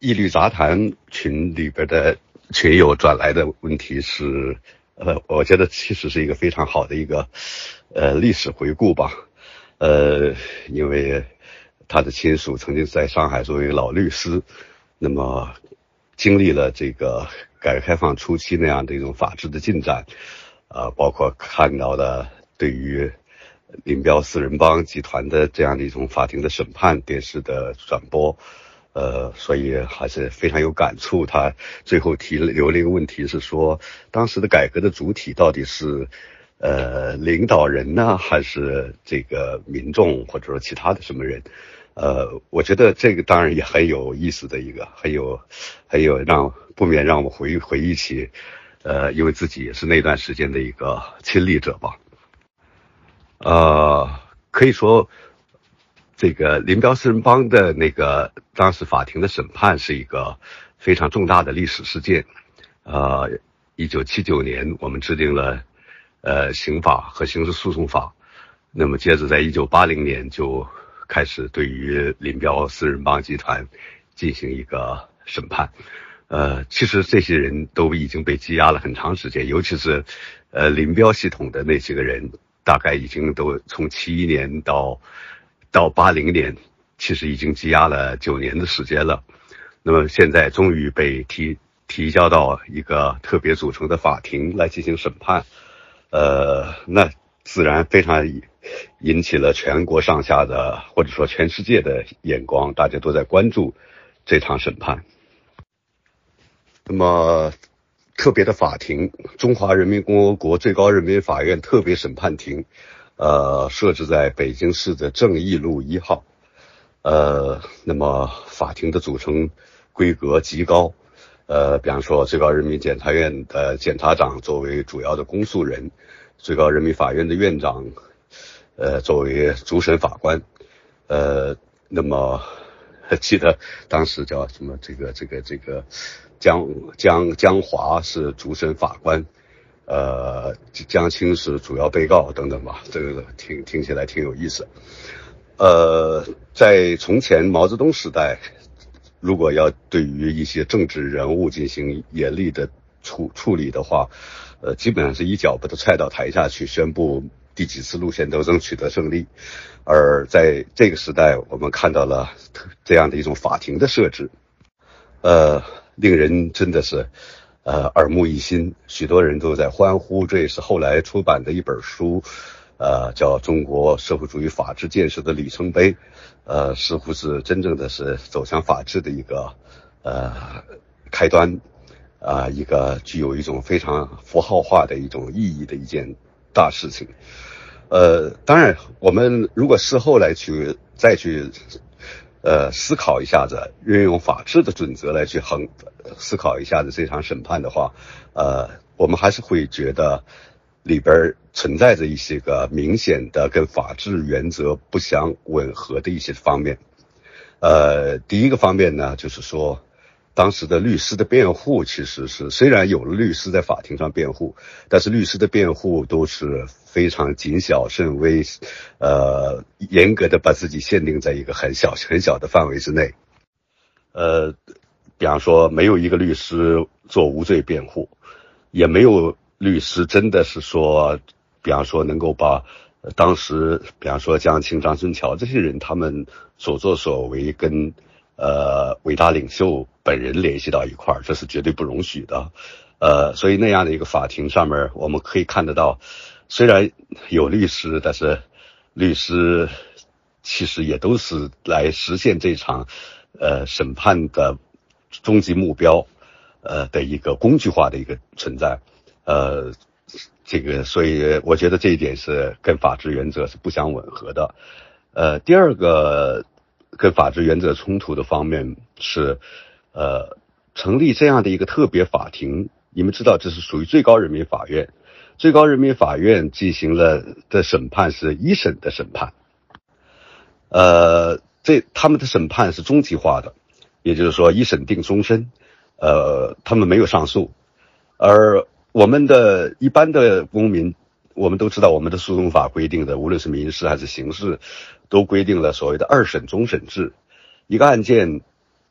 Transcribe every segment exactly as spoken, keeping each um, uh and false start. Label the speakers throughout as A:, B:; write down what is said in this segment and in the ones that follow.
A: 一律杂谈群里边的群友转来的问题是，呃，我觉得其实是一个非常好的一个呃历史回顾吧。呃，因为他的亲属曾经在上海作为老律师，那么经历了这个改革开放初期那样的一种法治的进展，呃，包括看到了对于林彪四人帮集团的这样的一种法庭的审判、电视的转播，呃，所以还是非常有感触。他最后提留了一个问题是说，当时的改革的主体到底是呃领导人呢，还是这个民众，或者说其他的什么人？呃，我觉得这个当然也很有意思的一个，很有很有让不免让我回回忆起，呃，因为自己也是那段时间的一个亲历者吧。呃，可以说，这个林彪四人帮的那个当时法庭的审判是一个非常重大的历史事件。呃，一九七九年我们制定了呃刑法和刑事诉讼法，那么接着在一九八零年就开始对于林彪四人帮集团进行一个审判。呃，其实这些人都已经被羁押了很长时间，尤其是呃林彪系统的那些个人。大概已经都从七一年到到八零年，其实已经羁押了九年的时间了。那么现在终于被提提交到一个特别组成的法庭来进行审判，呃，那自然非常引起了全国上下的或者说全世界的眼光，大家都在关注这场审判。那么。特别的法庭，中华人民共和国最高人民法院特别审判庭，呃，设置在北京市的正义路一号。呃，那么法庭的组成规格极高，呃，比方说最高人民检察院的检察长作为主要的公诉人，最高人民法院的院长，呃，作为主审法官，呃，那么记得当时叫什么这个这个这个。江江江华是主审法官，呃，江青是主要被告等等吧，这个听听起来挺有意思。呃，在从前毛泽东时代，如果要对于一些政治人物进行严厉的处处理的话，呃，基本上是一脚把他踹到台下去，宣布第几次路线斗争取得胜利。而在这个时代，我们看到了这样的一种法庭的设置，呃。令人真的是，呃，耳目一新，许多人都在欢呼。这也是后来出版的一本书，呃，叫《中国社会主义法治建设的里程碑》，呃，似乎是真正的是走向法治的一个呃开端，啊、呃，一个具有一种非常符号化的一种意义的一件大事情。呃，当然，我们如果事后来去再去。呃，思考一下子，运用法治的准则来去衡思考一下子这场审判的话，呃，我们还是会觉得里边存在着一些个明显的跟法治原则不相吻合的一些方面。呃，第一个方面呢，就是说，当时的律师的辩护其实是虽然有了律师在法庭上辩护，但是律师的辩护都是非常谨小慎微，呃，严格的把自己限定在一个很小很小的范围之内。呃，比方说没有一个律师做无罪辩护，也没有律师真的是说，比方说能够把当时比方说江青、张春桥这些人他们所作所为跟呃伟大领袖本人联系到一块儿，这是绝对不容许的。呃，所以那样的一个法庭上面，我们可以看得到，虽然有律师，但是律师其实也都是来实现这场呃审判的终极目标呃的一个工具化的一个存在。呃，这个所以我觉得这一点是跟法治原则是不相吻合的。呃，第二个跟法治原则冲突的方面是，呃，成立这样的一个特别法庭，你们知道这是属于最高人民法院，最高人民法院进行了的审判是一审的审判，呃，这他们的审判是终极化的，也就是说一审定终身，呃，他们没有上诉，而我们的一般的公民，我们都知道我们的诉讼法规定的，无论是民事还是刑事，都规定了所谓的二审终审制。一个案件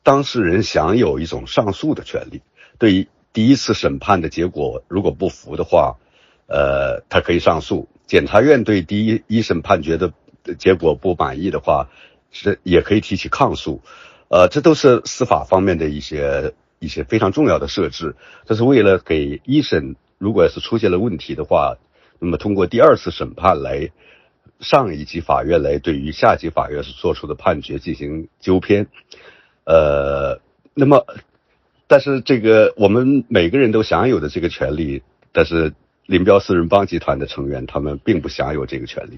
A: 当事人享有一种上诉的权利。对于第一次审判的结果如果不服的话，呃，他可以上诉。检察院对第一一审判决的结果不满意的话，是也可以提起抗诉。呃，这都是司法方面的一些一些非常重要的设置。这是为了给一审如果是出现了问题的话，那么通过第二次审判来上一级法院来对于下级法院所做出的判决进行纠偏。呃，那么但是这个我们每个人都享有的这个权利，但是林彪四人帮集团的成员他们并不享有这个权利。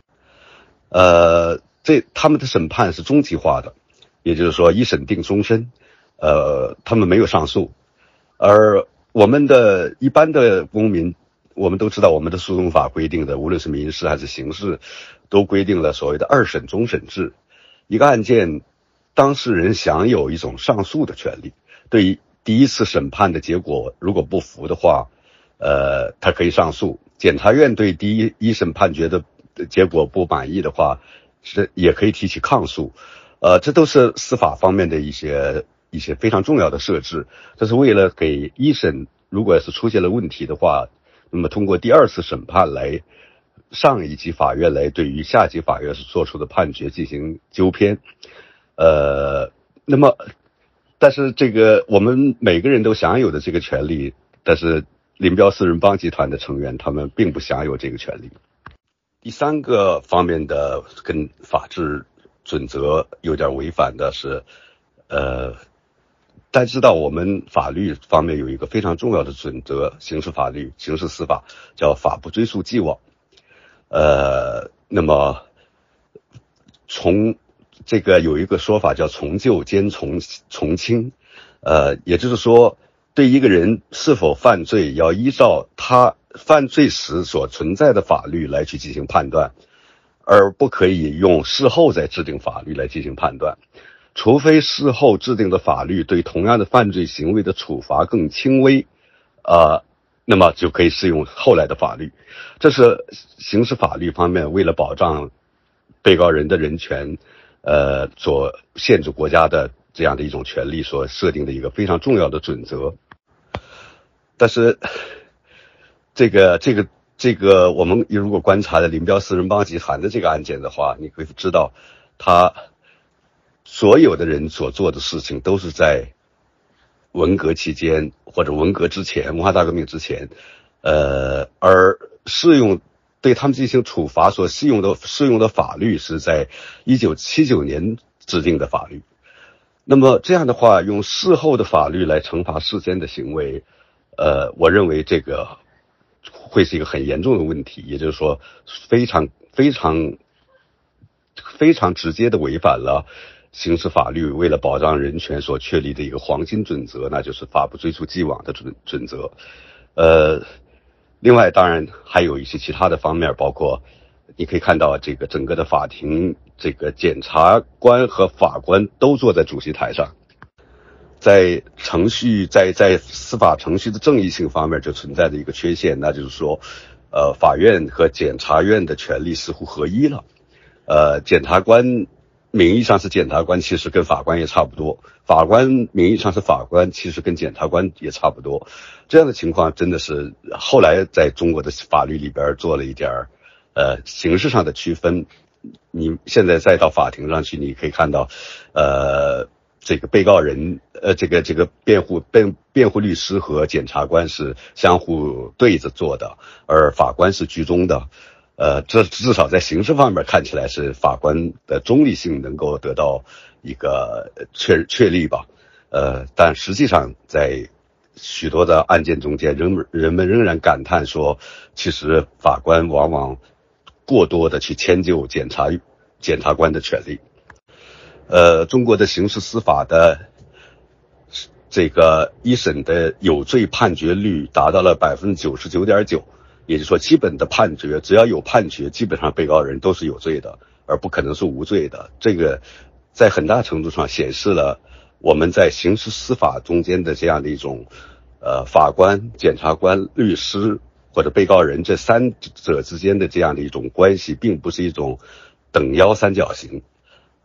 A: 呃，这他们的审判是终极化的，也就是说一审定终身，呃，他们没有上诉。而我们的一般的公民，我们都知道我们的诉讼法规定的，无论是民事还是刑事，都规定了所谓的二审终审制。一个案件当事人享有一种上诉的权利。对于第一次审判的结果如果不服的话，呃，他可以上诉。检察院对第一一审判决的结果不满意的话，是也可以提起抗诉。呃，这都是司法方面的一些一些非常重要的设置。这是为了给一审如果是出现了问题的话，那么通过第二次审判来上一级法院来对于下级法院所做出的判决进行纠偏。呃，那么但是这个我们每个人都享有的这个权利，但是林彪四人帮集团的成员他们并不享有这个权利。第三个方面的跟法治准则有点违反的是，呃，大家知道我们法律方面有一个非常重要的准则，刑事法律、刑事司法叫法不追溯既往。呃，那么从这个有一个说法叫从旧兼从从轻，呃，也就是说，对一个人是否犯罪，要依照他犯罪时所存在的法律来去进行判断，而不可以用事后再制定法律来进行判断。除非事后制定的法律对同样的犯罪行为的处罚更轻微，呃，那么就可以适用后来的法律。这是刑事法律方面为了保障被告人的人权，呃，所限制国家的这样的一种权利所设定的一个非常重要的准则。但是这个这个这个我们如果观察了林彪四人帮集团的这个案件的话，你会知道他所有的人所做的事情都是在文革期间或者文革之前，文化大革命之前，呃，而适用对他们进行处罚所适用的适用的法律是在一九七九年制定的法律。那么这样的话，用事后的法律来惩罚事先的行为，呃，我认为这个会是一个很严重的问题，也就是说，非常非常非常直接的违反了刑事法律为了保障人权所确立的一个黄金准则，那就是法不追溯既往的准准则。呃，另外当然还有一些其他的方面，包括你可以看到这个整个的法庭，这个检察官和法官都坐在主席台上。在程序在在司法程序的正义性方面就存在着一个缺陷，那就是说呃法院和检察院的权力似乎合一了。呃检察官名义上是检察官，其实跟法官也差不多，法官名义上是法官，其实跟检察官也差不多。这样的情况真的是后来在中国的法律里边做了一点呃形式上的区分。你现在再到法庭上去，你可以看到呃这个被告人呃这个这个辩护辩辩护律师和检察官是相互对着做的，而法官是居中的。呃，这至少在刑事方面看起来是法官的中立性能够得到一个确确立吧。呃，但实际上在许多的案件中间，人人们仍然感叹说，其实法官往往过多的去迁就检察检察官的权利。呃，中国的刑事司法的这个一审的有罪判决率达到了百分之九十九点九。也就是说，基本的判决只要有判决，基本上被告人都是有罪的，而不可能是无罪的。这个在很大程度上显示了我们在刑事司法中间的这样的一种呃法官、检察官、律师或者被告人这三者之间的这样的一种关系，并不是一种等腰三角形，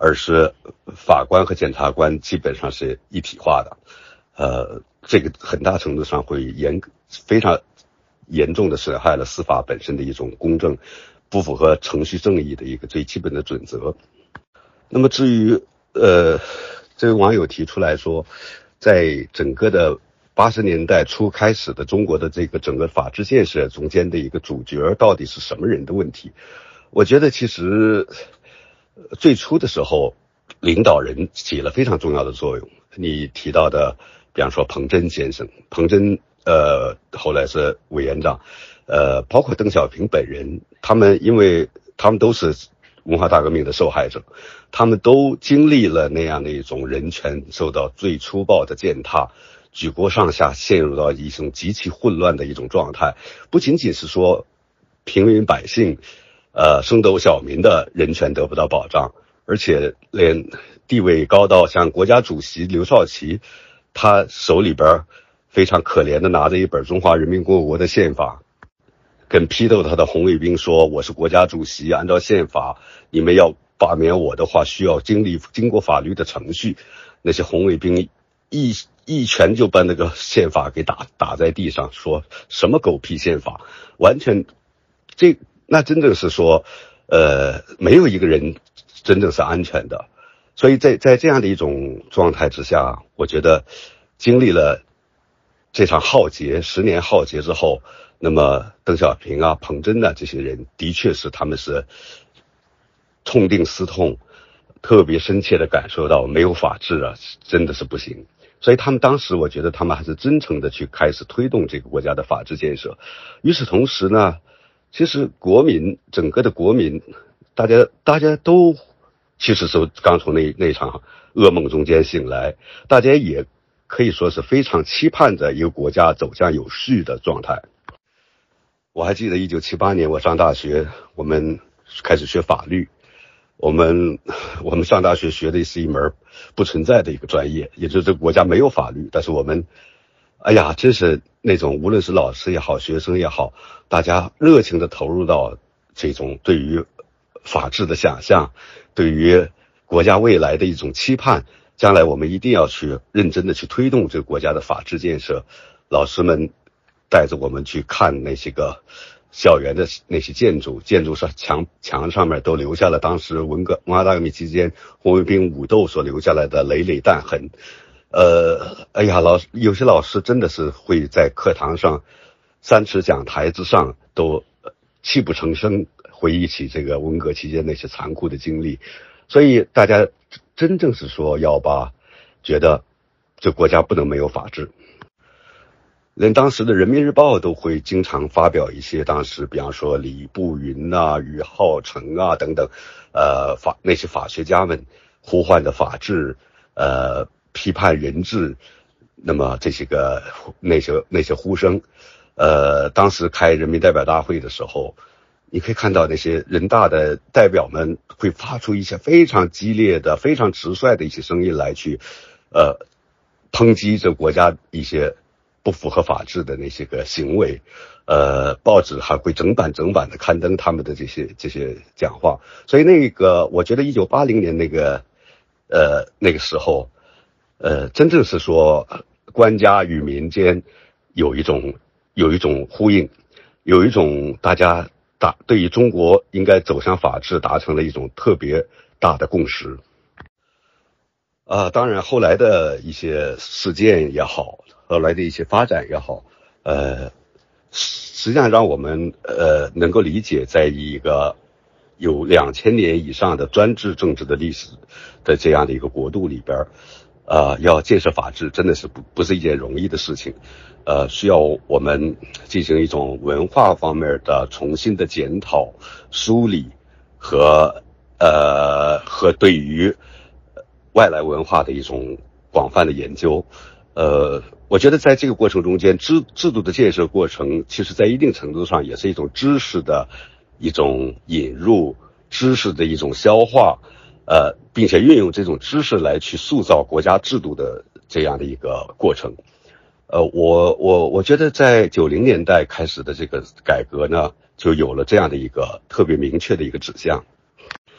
A: 而是法官和检察官基本上是一体化的。呃，这个很大程度上会严非常严重的损害了司法本身的一种公正，不符合程序正义的一个最基本的准则。那么至于呃，这位网友提出来说，在整个的八十年代初开始的中国的这个整个法治建设中间的一个主角到底是什么人的问题，我觉得其实最初的时候领导人起了非常重要的作用。你提到的比方说彭真先生，彭真呃后来是委员长，呃包括邓小平本人，他们因为他们都是文化大革命的受害者，他们都经历了那样的一种人权受到最粗暴的践踏，举国上下陷入到一种极其混乱的一种状态。不仅仅是说平民百姓呃升斗小民的人权得不到保障，而且连地位高到像国家主席刘少奇，他手里边非常可怜的拿着一本中华人民共和国的宪法，跟批斗他的红卫兵说，我是国家主席，按照宪法你们要罢免我的话需要经历经过法律的程序。那些红卫兵一一拳就把那个宪法给打打在地上，说什么狗屁宪法，完全这那真正是说呃没有一个人真正是安全的。所以在在这样的一种状态之下，我觉得经历了这场浩劫十年浩劫之后，那么邓小平啊彭真啊这些人的确是他们是痛定思痛，特别深切的感受到没有法治啊真的是不行。所以他们当时我觉得他们还是真诚的去开始推动这个国家的法治建设。与此同时呢，其实国民整个的国民大家大家都其实是刚从那那场噩梦中间醒来，大家也可以说是非常期盼着一个国家走向有序的状态。我还记得一九七八年我上大学，我们开始学法律，我们我们上大学学的是一门不存在的一个专业，也就是这个国家没有法律，但是我们哎呀真是那种无论是老师也好学生也好，大家热情的投入到这种对于法治的想象，对于国家未来的一种期盼，将来我们一定要去认真的去推动这个国家的法治建设。老师们带着我们去看那些个校园的那些建筑，建筑上墙墙上面都留下了当时文革文化大革命期间红卫兵武斗所留下来的累累弹痕。呃，哎呀，老师有些老师真的是会在课堂上三尺讲台之上都泣不成声，回忆起这个文革期间那些残酷的经历。所以大家真正是说要把觉得这国家不能没有法治。连当时的人民日报都会经常发表一些当时比方说李步云啊俞浩成啊等等呃法那些法学家们呼唤的法治，呃批判人治，那么这些个那些那些呼声，呃当时开人民代表大会的时候，你可以看到那些人大的代表们会发出一些非常激烈的非常直率的一些声音来去呃抨击这国家一些不符合法治的那些个行为，呃，报纸还会整版整版的刊登他们的这些这些讲话。所以那个，我觉得一九八零年那个，呃，那个时候，呃，真正是说官家与民间有一种有一种呼应，有一种大家大对于中国应该走向法治达成了一种特别大的共识。啊，当然后来的一些事件也好，后来的一些发展也好，呃，实际上让我们呃能够理解，在一个有两千年以上的专制政治的历史的这样的一个国度里边，呃，要建设法治真的是不不是一件容易的事情，呃，需要我们进行一种文化方面的重新的检讨、梳理和呃和对于外来文化的一种广泛的研究。呃，我觉得在这个过程中间，制制度的建设过程，其实在一定程度上也是一种知识的一种引入，知识的一种消化，呃，并且运用这种知识来去塑造国家制度的这样的一个过程。呃，我我我觉得在九零年代开始的这个改革呢，就有了这样的一个特别明确的一个指向。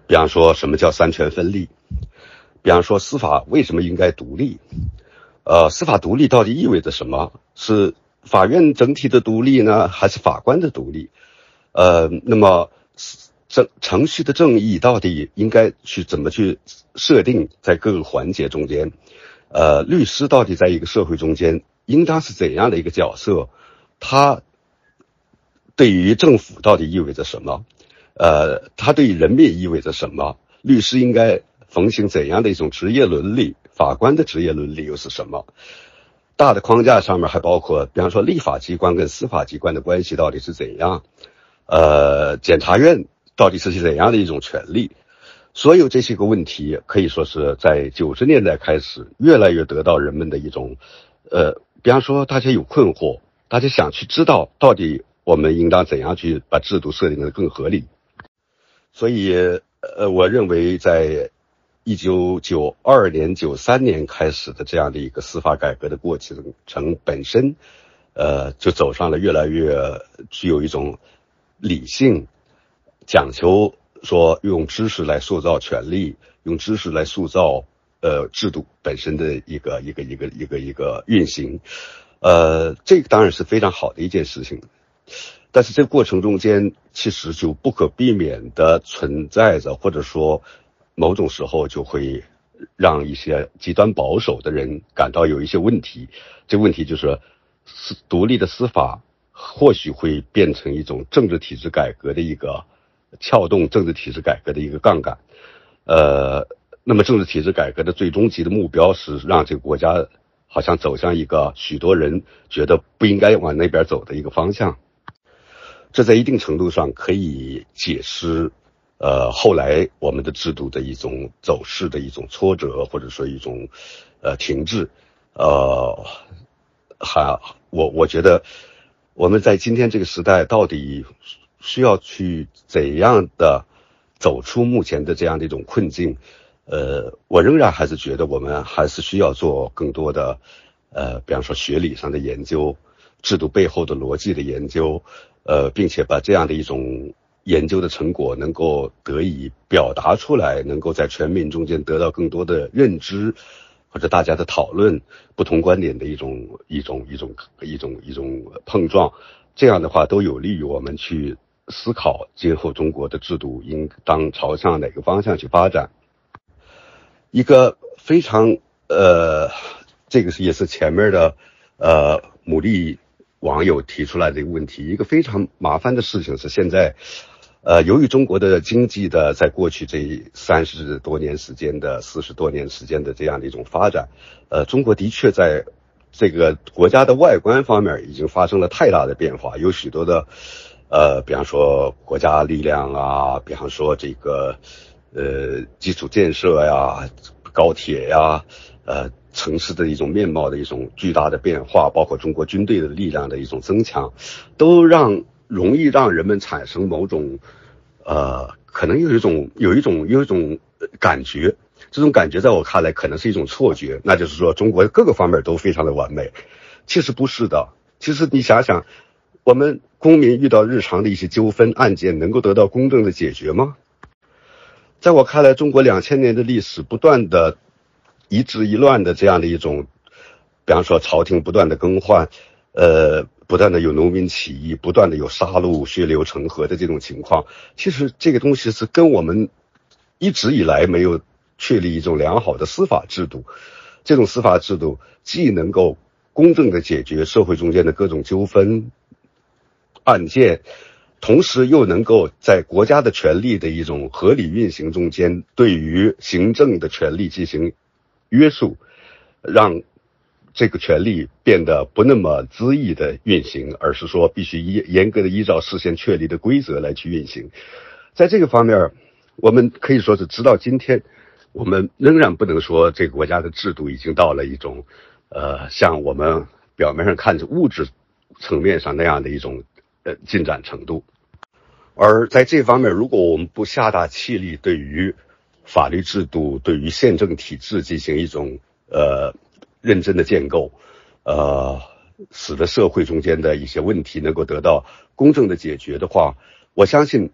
A: 比方说什么叫三权分立，比方说司法为什么应该独立，呃，司法独立到底意味着什么？是法院整体的独立呢，还是法官的独立？呃，那么程程序的正义到底应该去怎么去设定在各个环节中间？呃，律师到底在一个社会中间应当是怎样的一个角色？他对于政府到底意味着什么？呃，他对于人民意味着什么？律师应该奉行怎样的一种职业伦理？法官的职业伦理又是什么？大的框架上面还包括，比方说立法机关跟司法机关的关系到底是怎样？呃，检察院到底是怎样的一种权利？所有这些个问题可以说是在九十年代开始越来越得到人们的一种呃，比方说大家有困惑，大家想去知道到底我们应当怎样去把制度设定得更合理。所以呃，我认为在一九九二年九三年开始的这样的一个司法改革的过程本身呃，就走上了越来越具有一种理性，讲求说用知识来塑造权利，用知识来塑造呃制度本身的一个一个一个一个一个运行，呃，这个当然是非常好的一件事情，但是这个过程中间其实就不可避免的存在着，或者说某种时候就会让一些极端保守的人感到有一些问题。这个问题就是独立的司法或许会变成一种政治体制改革的一个撬动政治体制改革的一个杠杆。呃，那么政治体制改革的最终极的目标是让这个国家好像走向一个许多人觉得不应该往那边走的一个方向。这在一定程度上可以解释呃后来我们的制度的一种走势的一种挫折，或者说一种呃停滞。呃还我我觉得我们在今天这个时代到底需要去怎样的走出目前的这样的一种困境，呃我仍然还是觉得我们还是需要做更多的呃比方说学理上的研究，制度背后的逻辑的研究，呃并且把这样的一种研究的成果能够得以表达出来，能够在全民中间得到更多的认知，或者大家的讨论，不同观点的一种一种一种一种一种碰撞，这样的话都有利于我们去思考今后中国的制度应当朝向哪个方向去发展。一个非常呃这个是也是前面的呃牡蛎网友提出来的一个问题，一个非常麻烦的事情是现在呃，由于中国的经济的在过去这三十多年时间的四十多年时间的这样的一种发展，呃，中国的确在这个国家的外观方面已经发生了太大的变化，有许多的呃，比方说国家力量啊，比方说这个呃基础建设呀、高铁呀、呃城市的一种面貌的一种巨大的变化，包括中国军队的力量的一种增强，都让容易让人们产生某种呃可能有一种有一种有一种感觉，这种感觉在我看来可能是一种错觉，那就是说中国各个方面都非常的完美。其实不是的，其实你想想，我们公民遇到日常的一些纠纷案件能够得到公正的解决吗？在我看来，中国两千年的历史不断的一治一乱的这样的一种，比方说朝廷不断的更换，呃不断的有农民起义，不断的有杀戮血流成河的这种情况，其实这个东西是跟我们一直以来没有确立一种良好的司法制度，这种司法制度既能够公正的解决社会中间的各种纠纷案件，同时又能够在国家的权力的一种合理运行中间对于行政的权力进行约束，让这个权利变得不那么恣意的运行，而是说必须严格的依照事先确立的规则来去运行。在这个方面，我们可以说是直到今天，我们仍然不能说这个国家的制度已经到了一种呃像我们表面上看着物质层面上那样的一种呃进展程度。而在这方面，如果我们不下大气力，对于法律制度、对于宪政体制进行一种呃认真的建构，呃，使得社会中间的一些问题能够得到公正的解决的话，我相信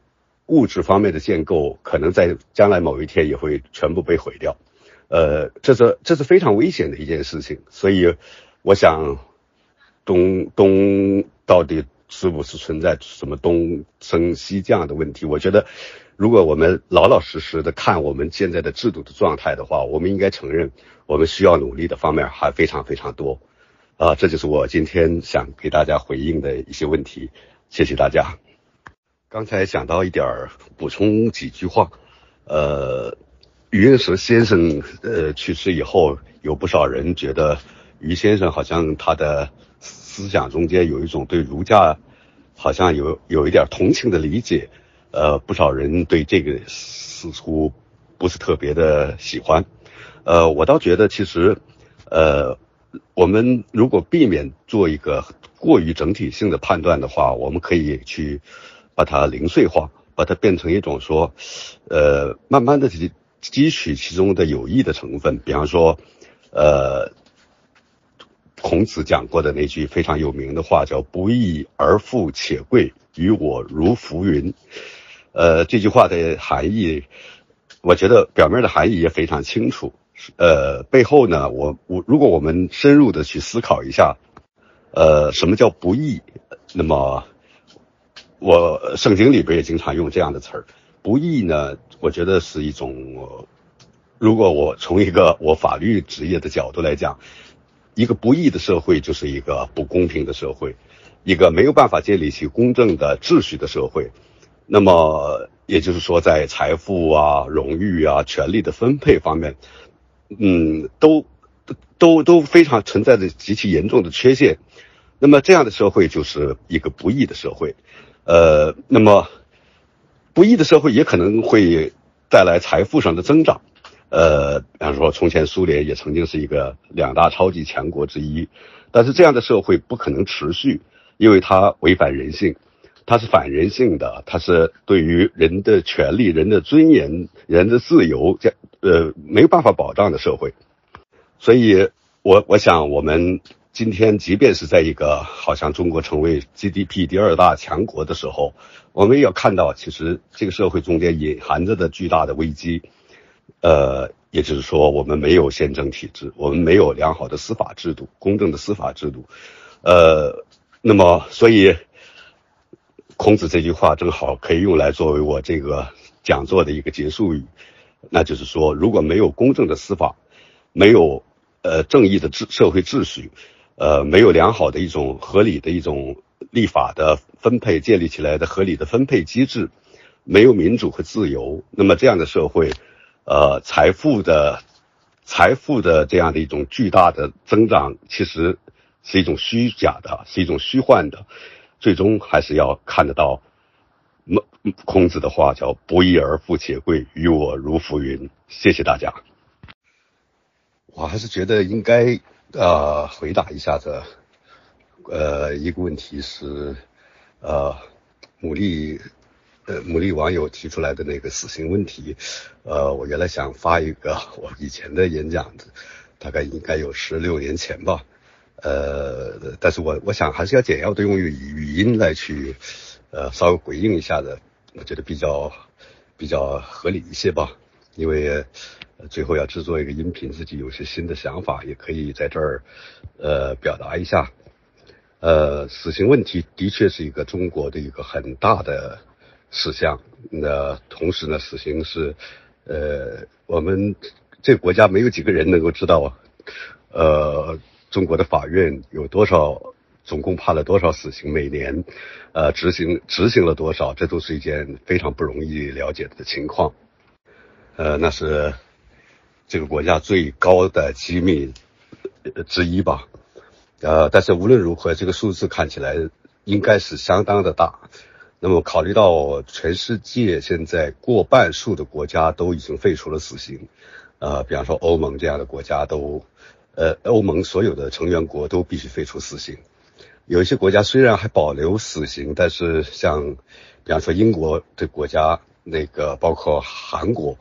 A: 物质方面的建构可能在将来某一天也会全部被毁掉。呃，这是这是非常危险的一件事情。所以我想东东到底是不是存在什么东升西降的问题，我觉得如果我们老老实实的看我们现在的制度的状态的话，我们应该承认我们需要努力的方面还非常非常多。啊，这就是我今天想给大家回应的一些问题，谢谢大家。刚才想到一点儿，补充几句话。呃，余英时先生呃去世以后，有不少人觉得余先生好像他的思想中间有一种对儒家好像有有一点同情的理解，呃，不少人对这个似乎不是特别的喜欢。呃，我倒觉得其实呃。我们如果避免做一个过于整体性的判断的话，我们可以去把它零碎化，把它变成一种说，呃，慢慢的汲汲取其中的有益的成分。比方说，呃，孔子讲过的那句非常有名的话叫“不义而富且贵，于我如浮云”。呃，这句话的含义，我觉得表面的含义也非常清楚。呃，背后呢，我我如果我们深入的去思考一下，呃，什么叫不义？那么，我圣经里边也经常用这样的词儿。不义呢，我觉得是一种，如果我从一个我法律职业的角度来讲，一个不义的社会就是一个不公平的社会，一个没有办法建立起公正的秩序的社会。那么，也就是说，在财富啊、荣誉啊、权力的分配方面，嗯，都都都非常存在着极其严重的缺陷。那么这样的社会就是一个不义的社会。呃，那么不义的社会也可能会带来财富上的增长。呃，比方说从前苏联也曾经是一个两大超级强国之一，但是这样的社会不可能持续，因为它违反人性，它是反人性的，它是对于人的权利、人的尊严、人的自由这呃没有办法保障的社会。所以我我想我们今天即便是在一个好像中国成为 G D P 第二大强国的时候，我们也要看到其实这个社会中间隐含着的巨大的危机。呃，也就是说我们没有宪政体制，我们没有良好的司法制度，公正的司法制度。呃，那么所以孔子这句话正好可以用来作为我这个讲座的一个结束语，那就是说如果没有公正的司法，没有呃正义的秩社会秩序，呃没有良好的一种合理的一种立法的分配建立起来的合理的分配机制，没有民主和自由，那么这样的社会呃财富的财富的这样的一种巨大的增长其实是一种虚假的，是一种虚幻的，最终还是要看得到孔子的话叫不义而富且贵，于我如浮云。谢谢大家。我还是觉得应该呃回答一下这呃一个问题是呃牡蛎呃牡蛎网友提出来的那个死刑问题。呃我原来想发一个我以前的演讲，大概应该有十六年前吧。呃但是我我想还是要简要的用语语音来去呃稍微回应一下的，我觉得比较比较合理一些吧。因为最后要制作一个音频，自己有些新的想法，也可以在这儿呃表达一下。呃死刑问题的确是一个中国的一个很大的事项。那同时呢，死刑是呃我们这个国家没有几个人能够知道呃中国的法院有多少总共判了多少死刑，每年呃执行执行了多少，这都是一件非常不容易了解的情况。呃，那是这个国家最高的机密之一吧。呃，但是无论如何，这个数字看起来应该是相当的大。那么考虑到全世界现在过半数的国家都已经废除了死刑，呃，比方说欧盟这样的国家都，呃，欧盟所有的成员国都必须废除死刑。有一些国家虽然还保留死刑，但是像比方说英国这国家，那个包括韩国。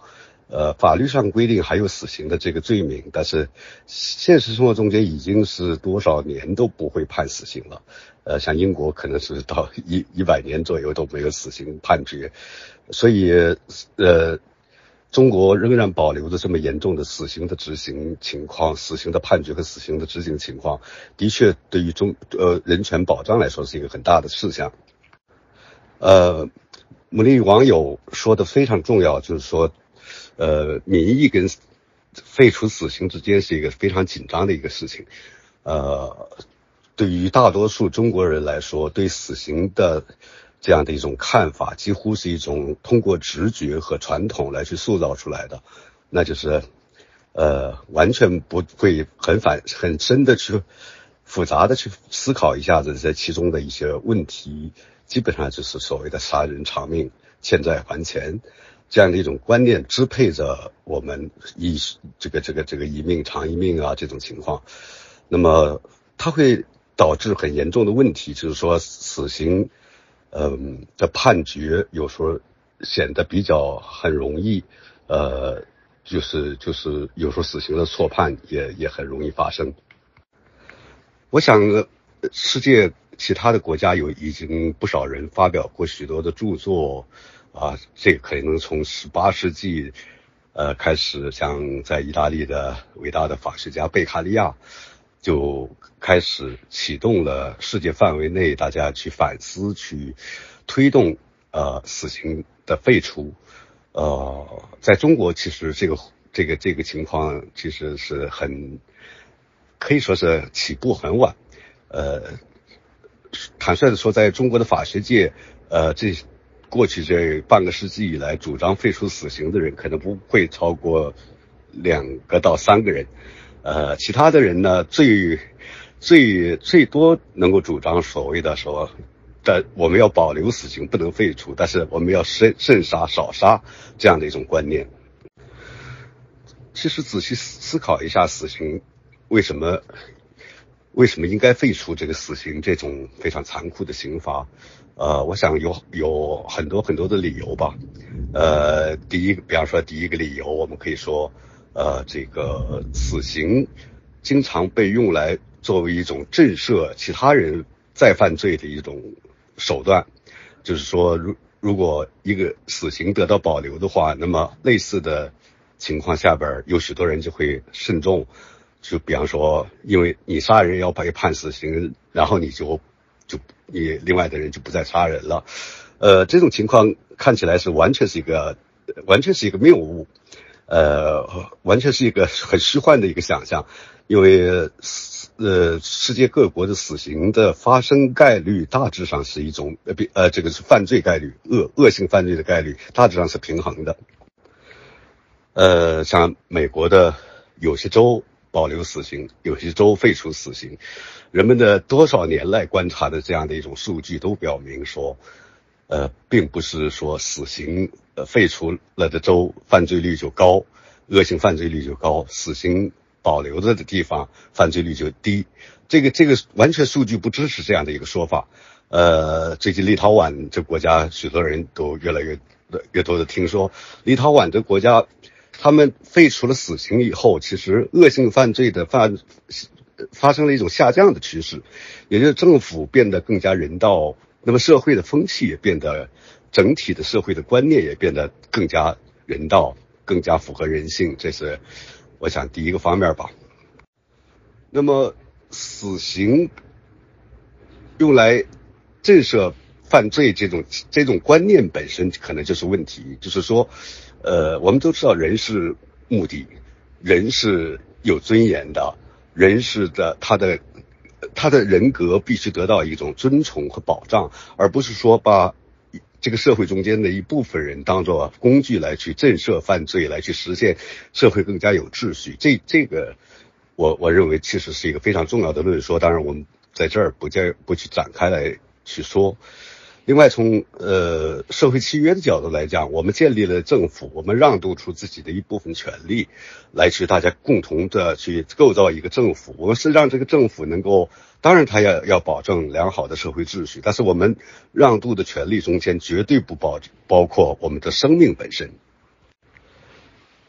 A: 呃，法律上规定还有死刑的这个罪名，但是现实生活中间已经是多少年都不会判死刑了。呃，像英国可能是到一一百年左右都没有死刑判决，所以呃，中国仍然保留着这么严重的死刑的执行情况，死刑的判决和死刑的执行情况，的确对于中呃人权保障来说是一个很大的事项。呃，某位网友说的非常重要，就是说。呃，民意跟废除死刑之间是一个非常紧张的一个事情。呃，对于大多数中国人来说，对死刑的这样的一种看法，几乎是一种通过直觉和传统来去塑造出来的，那就是呃，完全不会很反很深的去复杂的去思考一下子这其中的一些问题，基本上就是所谓的杀人偿命，欠债还钱。这样的一种观念支配着我们一这个这个这个一命偿一命啊这种情况，那么它会导致很严重的问题，就是说死刑，嗯的判决有时候显得比较很容易，呃，就是就是有时候死刑的错判也也很容易发生。我想，世界其他的国家有已经不少人发表过许多的著作。啊，这个可能从十八世纪，呃，开始，像在意大利的伟大的法学家贝卡利亚，就开始启动了世界范围内大家去反思、去推动呃死刑的废除。呃，在中国其实这个这个这个情况其实是很可以说是起步很晚。呃，坦率的说，在中国的法学界，呃，这。过去这半个世纪以来，主张废除死刑的人可能不会超过两个到三个人，呃，其他的人呢，最最最多能够主张所谓的说，但我们要保留死刑，不能废除，但是我们要慎慎杀少杀这样的一种观念。其实仔细思考一下，死刑为什么为什么应该废除这个死刑这种非常残酷的刑罚？呃，我想有有很多很多的理由吧。呃，第一个，比方说第一个理由，我们可以说，呃，这个死刑经常被用来作为一种震慑其他人再犯罪的一种手段。就是说，如如果一个死刑得到保留的话，那么类似的情况下边，有许多人就会慎重。就比方说，因为你杀人要被判死刑，然后你就。就你另外的人就不再杀人了，呃，这种情况看起来是完全是一个，完全是一个谬误，呃，完全是一个很虚幻的一个想象，因为呃，世界各国的死刑的发生概率大致上是一种呃比呃这个是犯罪概率，恶恶性犯罪的概率大致上是平衡的，呃，像美国的有些州保留死刑，有些州废除死刑。人们的多少年来观察的这样的一种数据都表明说，呃，并不是说死刑呃废除了的州犯罪率就高，恶性犯罪率就高，死刑保留着的地方犯罪率就低。这个这个完全数据不支持这样的一个说法。呃，最近立陶宛这国家许多人都越来越越多的听说，立陶宛这国家他们废除了死刑以后，其实恶性犯罪的犯发生了一种下降的趋势，也就是政府变得更加人道，那么社会的风气也变得，整体的社会的观念也变得更加人道，更加符合人性，这是我想第一个方面吧。那么死刑用来震慑犯罪这种这种观念本身可能就是问题，就是说呃，我们都知道人是目的，人是有尊严的，人是的他的他的人格必须得到一种尊崇和保障，而不是说把这个社会中间的一部分人当作工具来去震慑犯罪，来去实现社会更加有秩序。这这个我我认为其实是一个非常重要的论说，当然我们在这儿不再不去展开来去说。另外从呃社会契约的角度来讲，我们建立了政府，我们让渡出自己的一部分权利来去大家共同的去构造一个政府，我们是让这个政府能够，当然它要要保证良好的社会秩序，但是我们让渡的权利中间绝对不包包括我们的生命本身。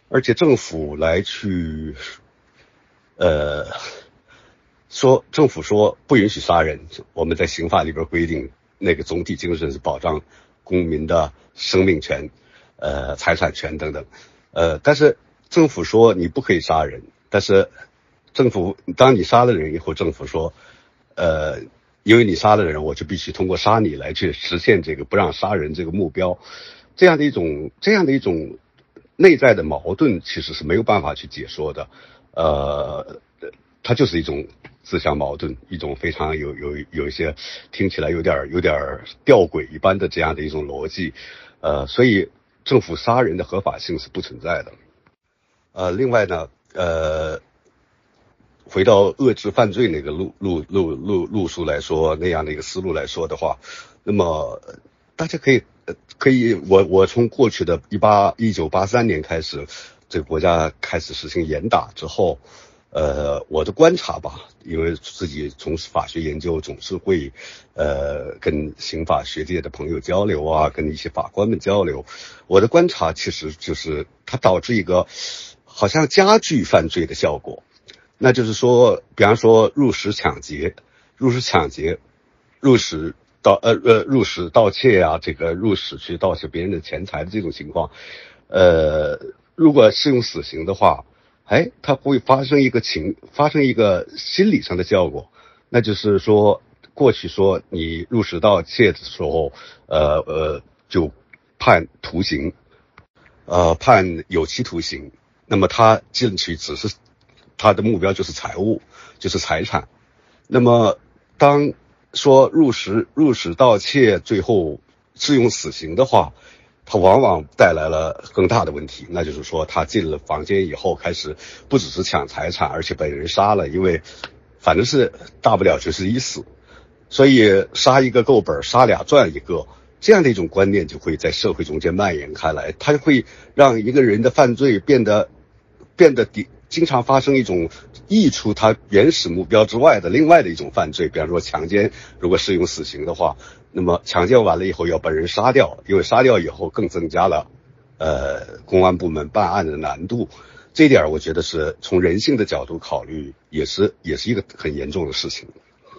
A: 而且政府来去，呃，说政府说不允许杀人，我们在刑法里边规定，那个总体精神是保障公民的生命权、呃财产权等等，呃，但是政府说你不可以杀人，但是政府当你杀了人以后，政府说，呃，因为你杀了人，我就必须通过杀你来去实现这个不让杀人这个目标，这样的一种这样的一种内在的矛盾，其实是没有办法去解说的，呃，它就是一种自相矛盾，一种非常有有有一些听起来有点有点吊诡一般的这样的一种逻辑，呃，所以政府杀人的合法性是不存在的。呃，另外呢，呃，回到遏制犯罪那个路路路路路数来说，那样的一个思路来说的话，那么大家可以可以，我我从过去的一八一九八三年开始，这个国家开始实行严打之后，呃，我的观察吧，因为自己从事法学研究，总是会呃跟刑法学界的朋友交流啊，跟一些法官们交流，我的观察其实就是它导致一个好像加剧犯罪的效果。那就是说，比方说入室抢劫、入室抢劫、入室盗呃呃入室盗窃啊，这个入室去盗窃别人的钱财的这种情况，呃，如果适用死刑的话，哎，它会发生一个情发生一个心理上的效果，那就是说，过去说你入室盗窃的时候，呃呃就判徒刑，呃判有期徒刑，那么他进去只是。他的目标就是财物，就是财产。那么，当说入室入室盗窃最后适用死刑的话，它往往带来了更大的问题，那就是说他进了房间以后，开始不只是抢财产，而且被人杀了，因为反正是大不了就是一死，所以杀一个够本，杀俩赚一个。这样的一种观念就会在社会中间蔓延开来，它会让一个人的犯罪变得变得底。经常发生一种溢出他原始目标之外的另外的一种犯罪，比方说强奸，如果适用死刑的话，那么强奸完了以后要把人杀掉，因为杀掉以后更增加了呃公安部门办案的难度，这一点我觉得是从人性的角度考虑，也是也是一个很严重的事情。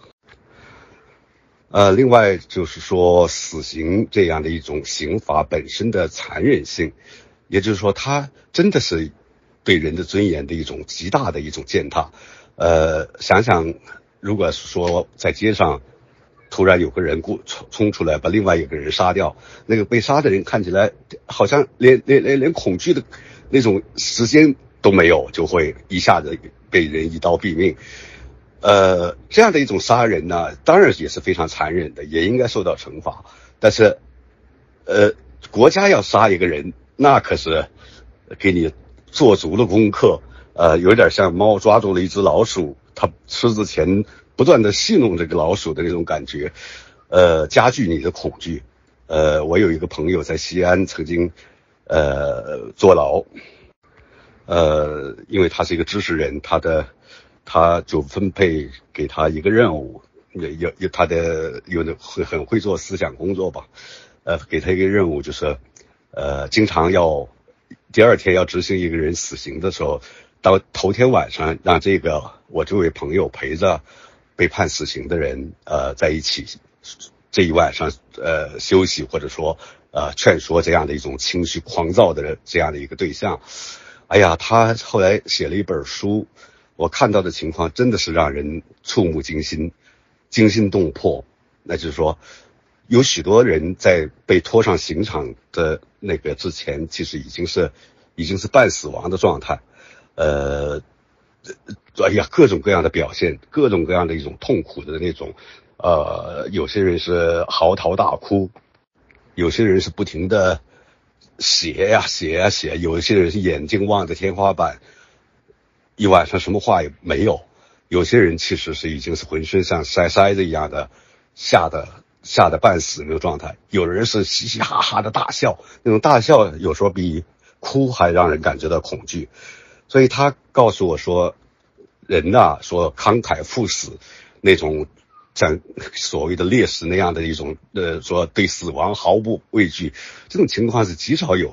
A: 呃，另外就是说死刑这样的一种刑罚本身的残忍性，也就是说它真的是对人的尊严的一种极大的一种践踏。呃，想想如果是说在街上突然有个人冲冲出来把另外一个人杀掉，那个被杀的人看起来好像连连连连恐惧的那种时间都没有，就会一下子被人一刀毙命。呃，这样的一种杀人呢，当然也是非常残忍的，也应该受到惩罚。但是，呃，国家要杀一个人，那可是给你做足了功课，呃，有点像猫抓住了一只老鼠，它吃之前不断的戏弄这个老鼠的那种感觉，呃，加剧你的恐惧。呃，我有一个朋友在西安曾经，呃，坐牢，呃，因为他是一个知识人，他的他就分配给他一个任务，也有有他的有的会很会做思想工作吧，呃，给他一个任务就是，呃，经常要。第二天要执行一个人死刑的时候，到头天晚上让这个我这位朋友陪着被判死刑的人呃在一起，这一晚上呃休息或者说呃劝说这样的一种情绪狂躁的这样的一个对象。哎呀，他后来写了一本书，我看到的情况真的是让人触目惊心，惊心动魄。那就是说有许多人在被拖上刑场的那个之前，其实已经是已经是半死亡的状态，呃，哎呀，各种各样的表现，各种各样的一种痛苦的那种，呃，有些人是嚎啕大哭，有些人是不停的写呀写呀写，有些人是眼睛望着天花板，一晚上什么话也没有，有些人其实是已经是浑身像筛筛子一样的，吓得。吓得半死那个状态，有的人是嘻嘻哈哈的大笑，那种大笑有时候比哭还让人感觉到恐惧。所以他告诉我说，人呐、啊，说慷慨赴死那种像所谓的烈士那样的一种呃，说对死亡毫不畏惧，这种情况是极少有的。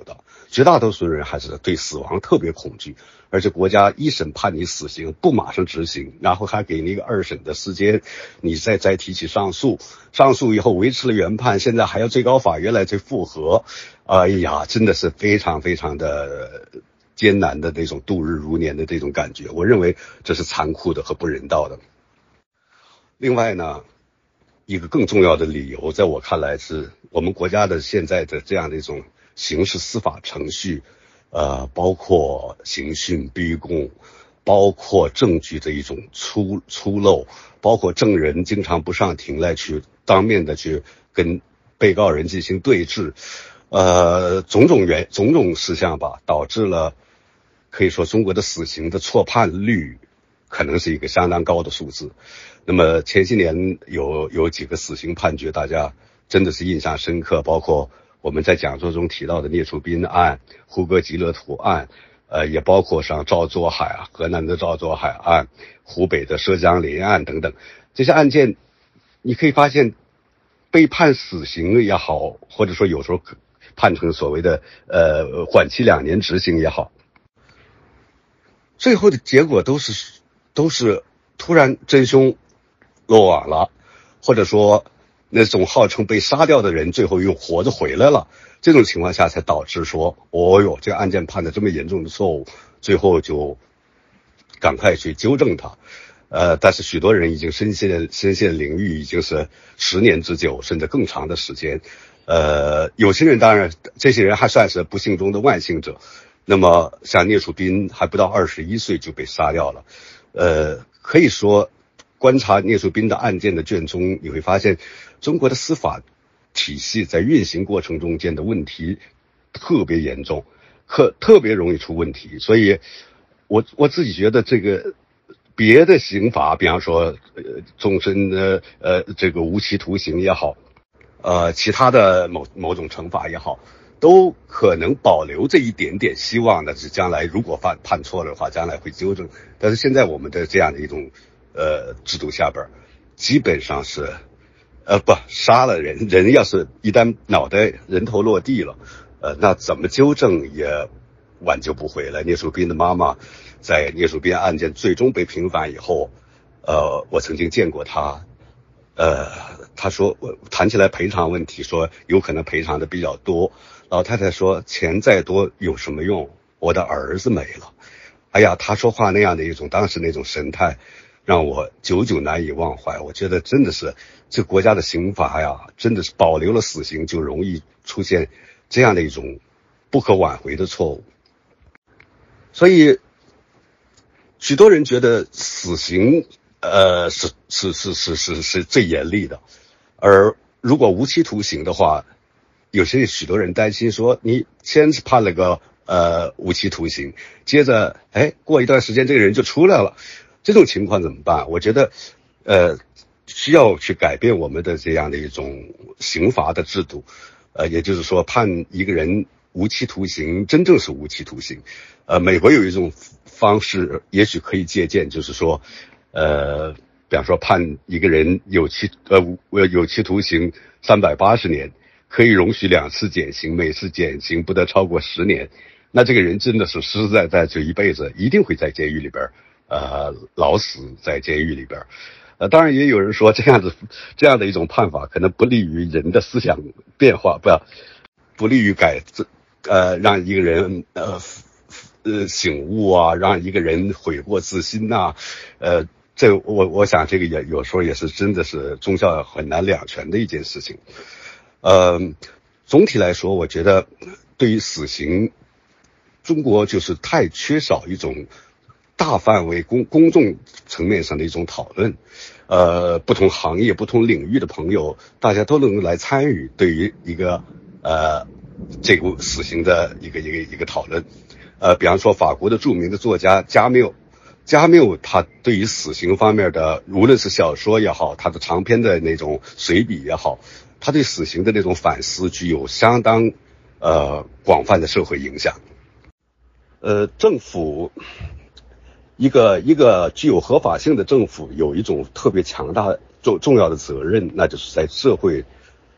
A: 绝大多数人还是对死亡特别恐惧，而且国家一审判你死刑不马上执行，然后还给你一个二审的时间，你再再提起上诉，上诉以后维持了原判，现在还要最高法院来去复核，哎呀，真的是非常非常的艰难的那种度日如年的这种感觉，我认为这是残酷的和不人道的。另外呢，一个更重要的理由，在我看来是我们国家的现在的这样的一种刑事司法程序，呃，包括刑讯逼供，包括证据的一种粗粗漏，包括证人经常不上庭来去当面的去跟被告人进行对峙，呃，种种原种种事项吧，导致了可以说中国的死刑的错判率可能是一个相当高的数字。那么前些年有有几个死刑判决，大家真的是印象深刻，包括我们在讲座中提到的聂树斌案、胡歌吉勒图案，呃，也包括像赵作海啊，河南的赵作海案、湖北的涉江林案等等，这些案件，你可以发现，被判死刑也好，或者说有时候判成所谓的呃缓期两年执行也好，最后的结果都是都是突然真凶落网了，或者说那种号称被杀掉的人最后又活着回来了，这种情况下才导致说，哦哟，这个案件判的这么严重的错误，最后就赶快去纠正它。呃，但是许多人已经深陷深陷囹圄，已经是十年之久，甚至更长的时间。呃，有些人当然，这些人还算是不幸中的万幸者。那么像聂树斌还不到二十一岁就被杀掉了，呃，可以说观察聂树斌的案件的卷宗，你会发现中国的司法体系在运行过程中间的问题特别严重，特特别容易出问题。所以我我自己觉得这个别的刑罚，比方说呃终身的呃这个无期徒刑也好，呃其他的某某种惩罚也好，都可能保留这一点点希望的是将来如果犯判错了的话，将来会纠正。但是现在我们的这样的一种呃制度下边，基本上是呃不杀了人，人要是一旦脑袋人头落地了，呃那怎么纠正也挽救不回来。聂树斌的妈妈在聂树斌案件最终被平反以后，呃我曾经见过他，呃他说我谈起来赔偿问题，说有可能赔偿的比较多。老太太说钱再多有什么用，我的儿子没了。哎呀，他说话那样的一种当时那种神态让我久久难以忘怀。我觉得真的是这国家的刑罚呀，真的是保留了死刑就容易出现这样的一种不可挽回的错误。所以许多人觉得死刑呃是是是是是是最严厉的，而如果无期徒刑的话，有些许多人担心说，你先是判了个呃无期徒刑，接着哎过一段时间这个人就出来了，这种情况怎么办？我觉得呃需要去改变我们的这样的一种刑罚的制度，呃也就是说判一个人无期徒刑真正是无期徒刑。呃美国有一种方式也许可以借鉴，就是说呃比方说判一个人有期呃有期徒刑三百八十年，可以容许两次减刑，每次减刑不得超过十年，那这个人真的是实实在在这一辈子一定会在监狱里边呃老死在监狱里边。呃当然也有人说这样子这样的一种判法可能不利于人的思想变化，不要不利于改呃让一个人呃呃醒悟啊，让一个人悔过自新呐、啊、呃这我我想这个也有时候也是真的是忠孝很难两全的一件事情。呃，总体来说，我觉得对于死刑，中国就是太缺少一种大范围公公众层面上的一种讨论。呃，不同行业、不同领域的朋友，大家都能够来参与对于一个呃这个死刑的一个一个一个讨论。呃，比方说法国的著名的作家加缪。加缪他对于死刑方面的，无论是小说也好，他的长篇的那种随笔也好，他对死刑的那种反思具有相当呃广泛的社会影响。呃，政府一个一个具有合法性的政府有一种特别强大重重要的责任，那就是在社会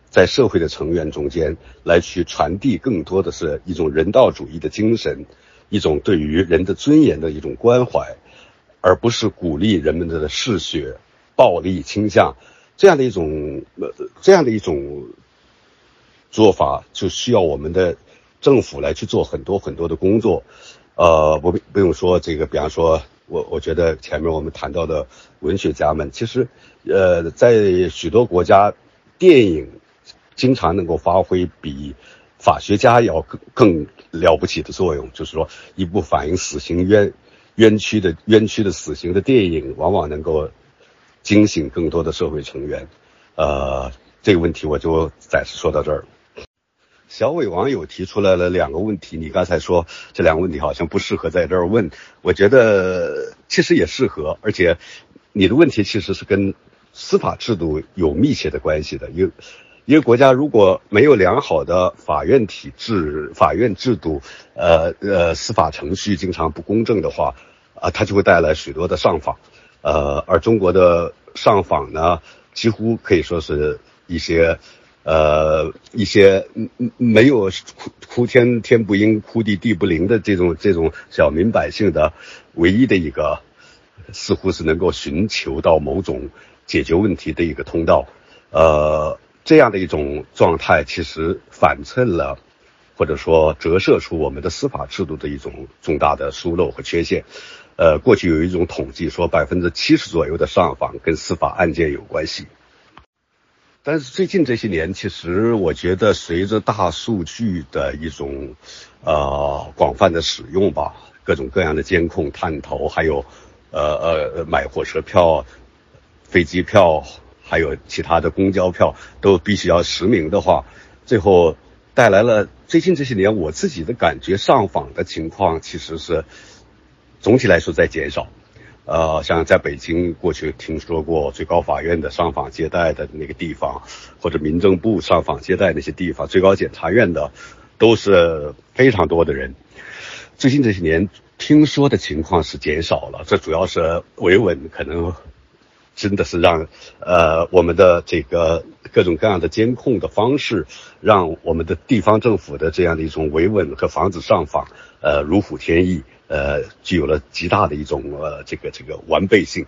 A: 在社会的成员中间来去传递更多的是一种人道主义的精神，一种对于人的尊严的一种关怀，而不是鼓励人们的嗜血、暴力倾向。这样的一种呃这样的一种做法，就需要我们的政府来去做很多很多的工作。呃，不不用说这个，比方说，我我觉得前面我们谈到的文学家们，其实呃，在许多国家，电影经常能够发挥比法学家要更更了不起的作用。就是说，一部反映死刑冤冤屈的冤屈的死刑的电影，往往能够惊醒更多的社会成员。呃，这个问题我就暂时说到这儿。小伟网友提出来了两个问题，你刚才说这两个问题好像不适合在这儿问，我觉得其实也适合，而且你的问题其实是跟司法制度有密切的关系的。一个一个国家如果没有良好的法院体制、法院制度，呃呃，司法程序经常不公正的话，啊、呃，它就会带来许多的上访，呃，而中国的上访呢，几乎可以说是一些。呃，一些没有哭哭天天不应，哭地地不灵的这种这种小民百姓的唯一的一个，似乎是能够寻求到某种解决问题的一个通道。呃，这样的一种状态，其实反衬了，或者说折射出我们的司法制度的一种重大的疏漏和缺陷。呃，过去有一种统计说，百分之七十左右的上访跟司法案件有关系。但是最近这些年，其实我觉得随着大数据的一种呃广泛的使用吧，各种各样的监控探头，还有呃呃买火车票、飞机票，还有其他的公交票都必须要实名的话，最后带来了最近这些年我自己的感觉，上访的情况其实是总体来说在减少。呃，像在北京过去听说过最高法院的上访接待的那个地方，或者民政部上访接待那些地方，最高检察院的都是非常多的人。最近这些年听说的情况是减少了，这主要是维稳可能真的是让呃我们的这个各种各样的监控的方式，让我们的地方政府的这样的一种维稳和防止上访呃如虎添翼。呃，具有了极大的一种呃这个这个完备性。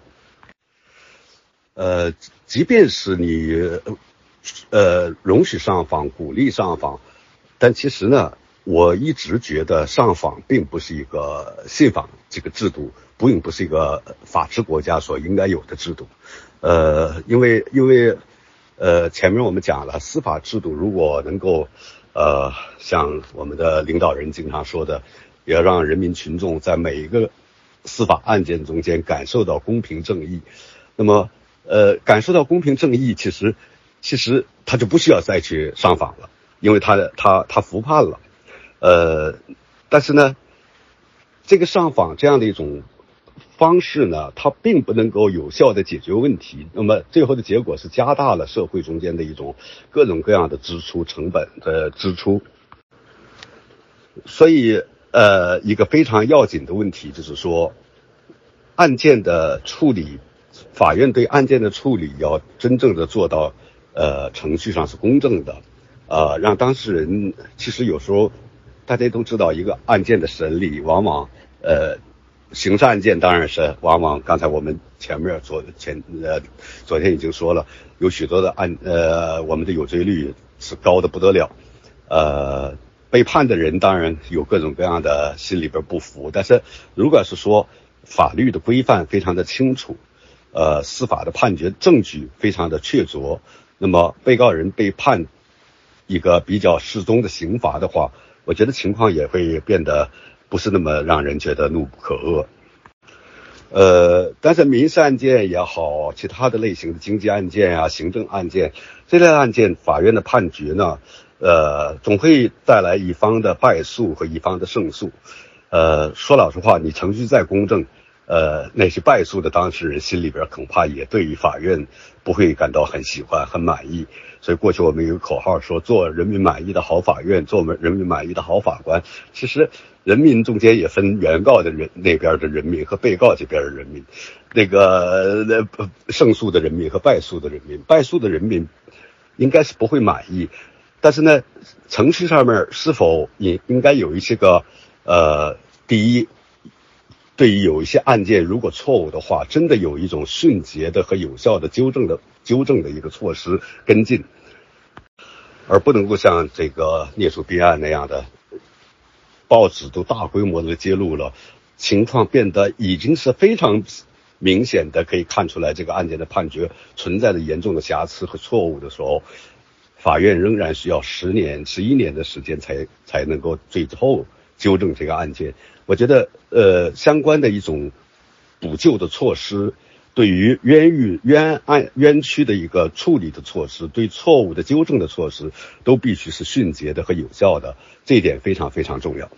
A: 呃，即便是你呃容许上访、鼓励上访，但其实呢，我一直觉得上访并不是一个信访这个制度，并不是一个法治国家所应该有的制度。呃，因为因为呃前面我们讲了，司法制度如果能够呃像我们的领导人经常说的。也要让人民群众在每一个司法案件中间感受到公平正义。那么，呃，感受到公平正义，其实，其实他就不需要再去上访了，因为他他他服判了。呃，但是呢，这个上访这样的一种方式呢，它并不能够有效的解决问题。那么最后的结果是加大了社会中间的一种各种各样的支出、成本的支出。所以。呃，一个非常要紧的问题就是说，案件的处理，法院对案件的处理要真正的做到，呃，程序上是公正的，呃，让当事人，其实有时候大家都知道，一个案件的审理，往往，呃，刑事案件当然是往往，刚才我们前面昨前呃昨天已经说了，有许多的案，呃，我们的有罪率是高的不得了，呃。被判的人当然有各种各样的心里边不服，但是如果是说法律的规范非常的清楚，呃，司法的判决证据非常的确凿，那么被告人被判一个比较适中的刑罚的话，我觉得情况也会变得不是那么让人觉得怒不可遏。呃，但是民事案件也好，其他的类型的经济案件啊、行政案件，这类案件法院的判决呢，呃，总会带来一方的败诉和一方的胜诉。呃，说老实话，你程序再公正，呃，那些败诉的当事人心里边恐怕也对于法院不会感到很喜欢、很满意。所以过去我们有个口号说，做人民满意的好法院，做人民满意的好法官。其实人民中间也分原告的人那边的人民和被告这边的人民，那个呃胜诉的人民和败诉的人民。败诉的人民应该是不会满意。但是呢，程序上面是否也应该有一些个呃，第一，对于有一些案件如果错误的话，真的有一种迅捷的和有效的纠正的纠正的一个措施跟进，而不能够像这个聂树斌案那样的，报纸都大规模的揭露了，情况变得已经是非常明显的可以看出来这个案件的判决存在着严重的瑕疵和错误的时候，法院仍然需要十年、十一年的时间才才能够最后纠正这个案件。我觉得，呃，相关的一种补救的措施，对于冤狱、冤案、冤屈的一个处理的措施，对错误的纠正的措施，都必须是迅捷的和有效的，这一点非常非常重要。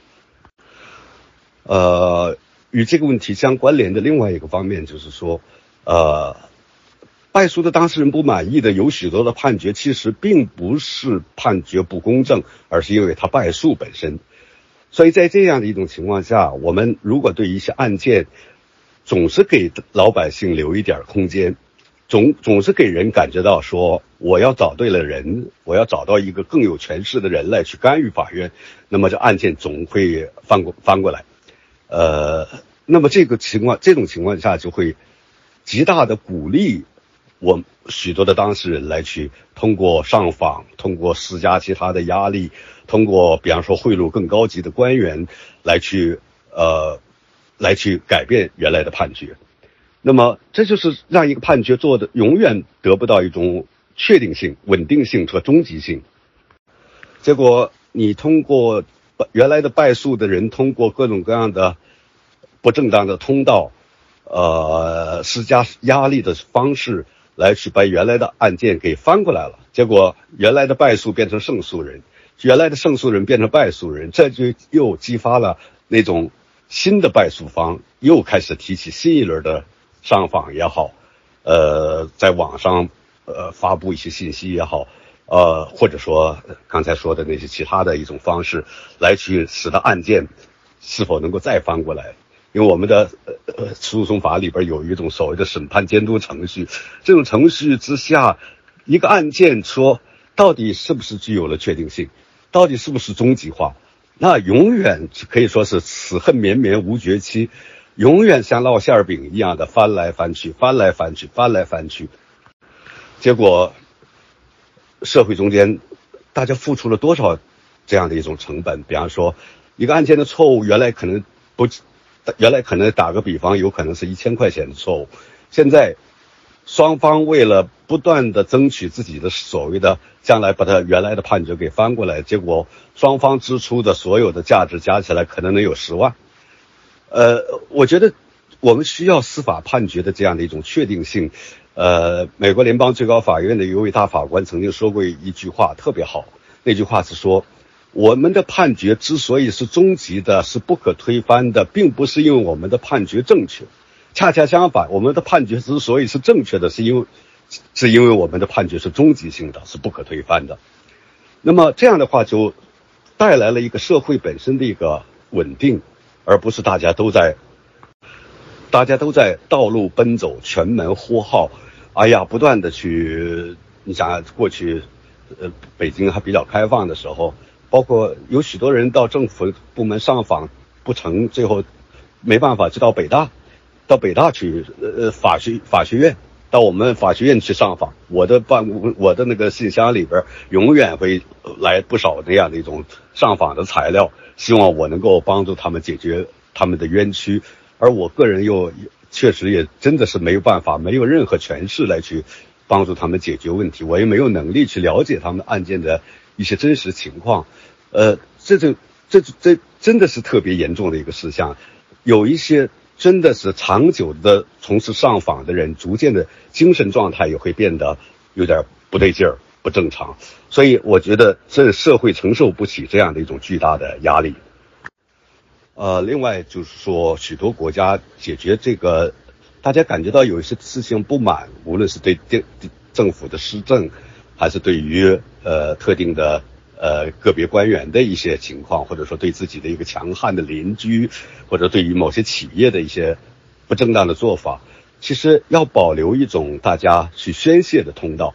A: 呃，与这个问题相关联的另外一个方面就是说，呃。败诉的当事人不满意的有许多的判决，其实并不是判决不公正，而是因为他败诉本身。所以在这样的一种情况下，我们如果对一些案件总是给老百姓留一点空间，总总是给人感觉到说我要找对了人，我要找到一个更有权势的人来去干预法院，那么这案件总会翻过翻过来。呃，那么这个情况这种情况下就会极大的鼓励我许多的当事人来去通过上访，通过施加其他的压力，通过比方说贿赂更高级的官员来去呃来去改变原来的判决。那么这就是让一个判决做的永远得不到一种确定性、稳定性和终极性。结果你通过原来的败诉的人通过各种各样的不正当的通道呃施加压力的方式来去把原来的案件给翻过来了，结果原来的败诉变成胜诉人，原来的胜诉人变成败诉人，这就又激发了那种新的败诉方又开始提起新一轮的上访也好，呃，在网上呃发布一些信息也好，呃，或者说刚才说的那些其他的一种方式，来去使得案件是否能够再翻过来。因为我们的呃诉讼法里边有一种所谓的审判监督程序，这种程序之下，一个案件说到底是不是具有了确定性，到底是不是终极化，那永远可以说是此恨绵绵无绝期，永远像烙馅饼一样的翻来翻去，翻来翻去，翻来翻去。结果社会中间大家付出了多少这样的一种成本，比方说一个案件的错误原来可能不原来可能打个比方有可能是一千块钱的错误，现在双方为了不断的争取自己的所谓的将来把它原来的判决给翻过来，结果双方支出的所有的价值加起来可能能有十万。呃，我觉得我们需要司法判决的这样的一种确定性。呃，美国联邦最高法院的一位大法官曾经说过一句话特别好，那句话是说，我们的判决之所以是终极的，是不可推翻的，并不是因为我们的判决正确，恰恰相反，我们的判决之所以是正确的，是因为是因为我们的判决是终极性的，是不可推翻的。那么这样的话就带来了一个社会本身的一个稳定，而不是大家都在大家都在道路奔走，全门呼号，哎呀，不断的去，你想过去呃北京还比较开放的时候，包括有许多人到政府部门上访不成，最后没办法就到北大，到北大去呃法学法学院，到我们法学院去上访。我的办我的那个信箱里边永远会来不少这样的一种上访的材料，希望我能够帮助他们解决他们的冤屈。而我个人又确实也真的是没有办法，没有任何权势来去帮助他们解决问题，我也没有能力去了解他们案件的一些真实情况。呃，这就这这真的是特别严重的一个事项。有一些真的是长久的从事上访的人，逐渐的精神状态也会变得有点不对劲儿，不正常。所以我觉得这社会承受不起这样的一种巨大的压力。呃，另外就是说，许多国家解决这个，大家感觉到有一些事情不满，无论是对政府的施政，还是对于呃特定的呃个别官员的一些情况，或者说对自己的一个强悍的邻居，或者对于某些企业的一些不正当的做法，其实要保留一种大家去宣泄的通道。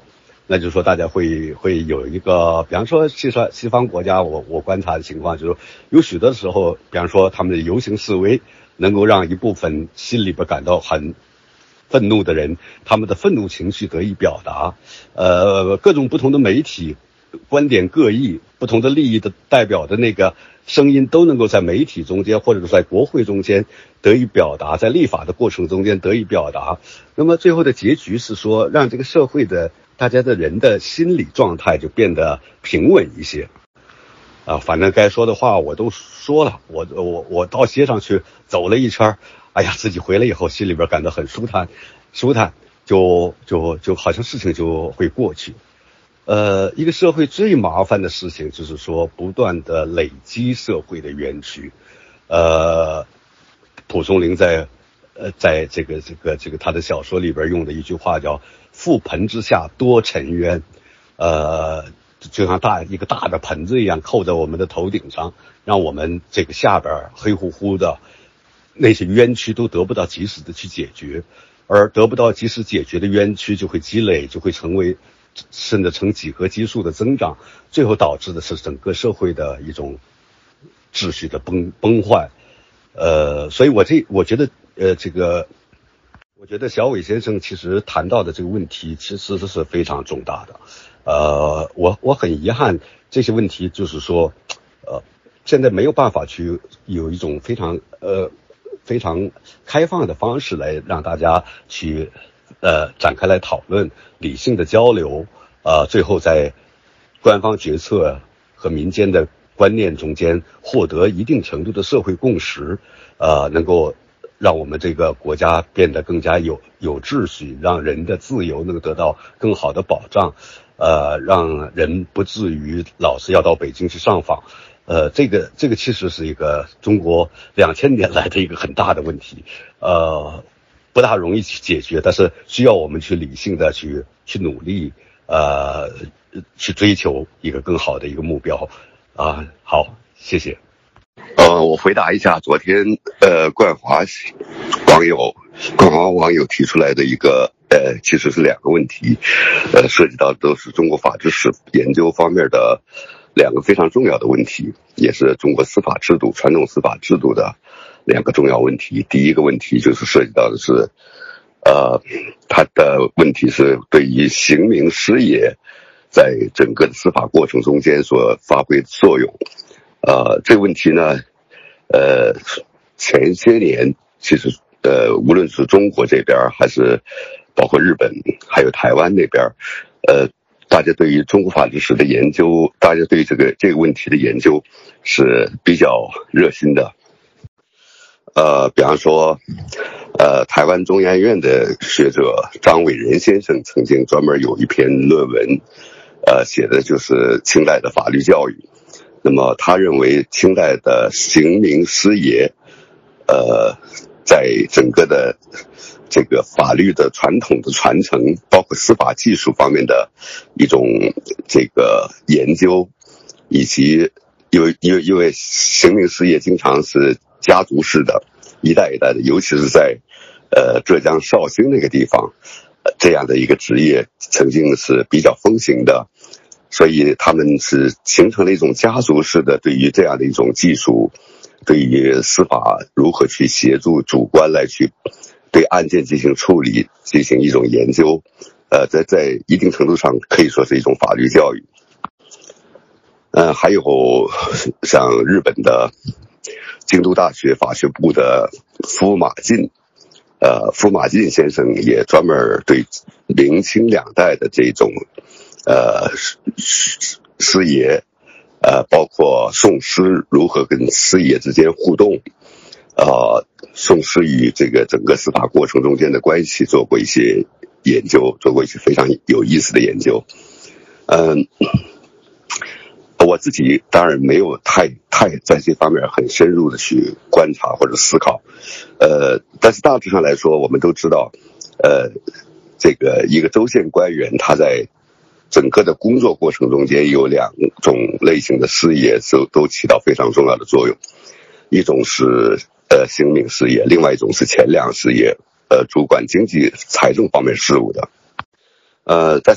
A: 那就是说大家会会有一个，比方说西方西方国家，我我观察的情况就是有许多时候，比方说他们的游行示威，能够让一部分心里边感到很愤怒的人，他们的愤怒情绪得以表达，呃，各种不同的媒体观点各异，不同的利益的代表的那个声音都能够在媒体中间或者是在国会中间得以表达，在立法的过程中间得以表达。那么最后的结局是说，让这个社会的大家的人的心理状态就变得平稳一些。啊，反正该说的话我都说了，我我我到街上去走了一圈，哎呀，自己回来以后心里边感到很舒坦，舒坦，就就就好像事情就会过去。呃，一个社会最麻烦的事情就是说，不断的累积社会的冤屈。呃，蒲松龄在呃在这个这个这个他的小说里边用的一句话叫“覆盆之下多沉冤”，呃，就像大一个大的盆子一样扣在我们的头顶上，让我们这个下边黑乎乎的，那些冤屈都得不到及时的去解决，而得不到及时解决的冤屈就会积累，就会成为甚至成几何级数的增长，最后导致的是整个社会的一种秩序的崩崩坏。呃，所以我这我觉得呃这个，我觉得小伟先生其实谈到的这个问题其实是非常重大的。呃，我我很遗憾这些问题就是说，呃，现在没有办法去有一种非常呃非常开放的方式来让大家去呃展开来讨论，理性的交流，呃，最后在官方决策和民间的观念中间获得一定程度的社会共识，呃，能够让我们这个国家变得更加有有秩序，让人的自由能够得到更好的保障，呃，让人不至于老是要到北京去上访。呃，这个这个其实是一个中国两千年来的一个很大的问题，呃，不大容易去解决，但是需要我们去理性的去去努力，呃，去追求一个更好的一个目标。啊，好，谢谢。
B: 呃，我回答一下昨天呃冠华网友冠华网友提出来的一个呃，其实是两个问题，呃，涉及到都是中国法治史研究方面的两个非常重要的问题，也是中国司法制度传统司法制度的两个重要问题。第一个问题就是涉及到的是，呃，他的问题是对于刑民师爷在整个的司法过程中间所发挥的作用。呃，这个问题呢，呃，前些年其实呃，无论是中国这边还是包括日本还有台湾那边，呃，大家对于中国法律史的研究，大家对这个这个问题的研究是比较热心的。呃，比方说，呃，台湾中研院的学者张伟仁先生曾经专门有一篇论文，呃，写的就是清代的法律教育。那么他认为清代的刑民师爷，呃，在整个的这个法律的传统的传承，包括司法技术方面的一种这个研究，以及因为因为因为刑民师爷经常是家族式的，一代一代的，尤其是在呃浙江绍兴那个地方，呃，这样的一个职业曾经是比较风行的。所以他们是形成了一种家族式的对于这样的一种技术，对于司法如何去协助主观来去对案件进行处理，进行一种研究，呃，在在一定程度上可以说是一种法律教育。嗯，还有像日本的京都大学法学部的夫马进，呃，夫马进先生也专门对明清两代的这种呃师爷，呃，包括宋师如何跟师爷之间互动，呃，宋师与这个整个司法过程中间的关系做过一些研究，做过一些非常有意思的研究。嗯，我自己当然没有太太在这方面很深入的去观察或者思考，呃，但是大致上来说，我们都知道，呃，这个一个州县官员他在整个的工作过程中间有两种类型的师爷都都起到非常重要的作用，一种是呃刑民师爷，另外一种是钱粮师爷，呃主管经济财政方面事务的。呃，但是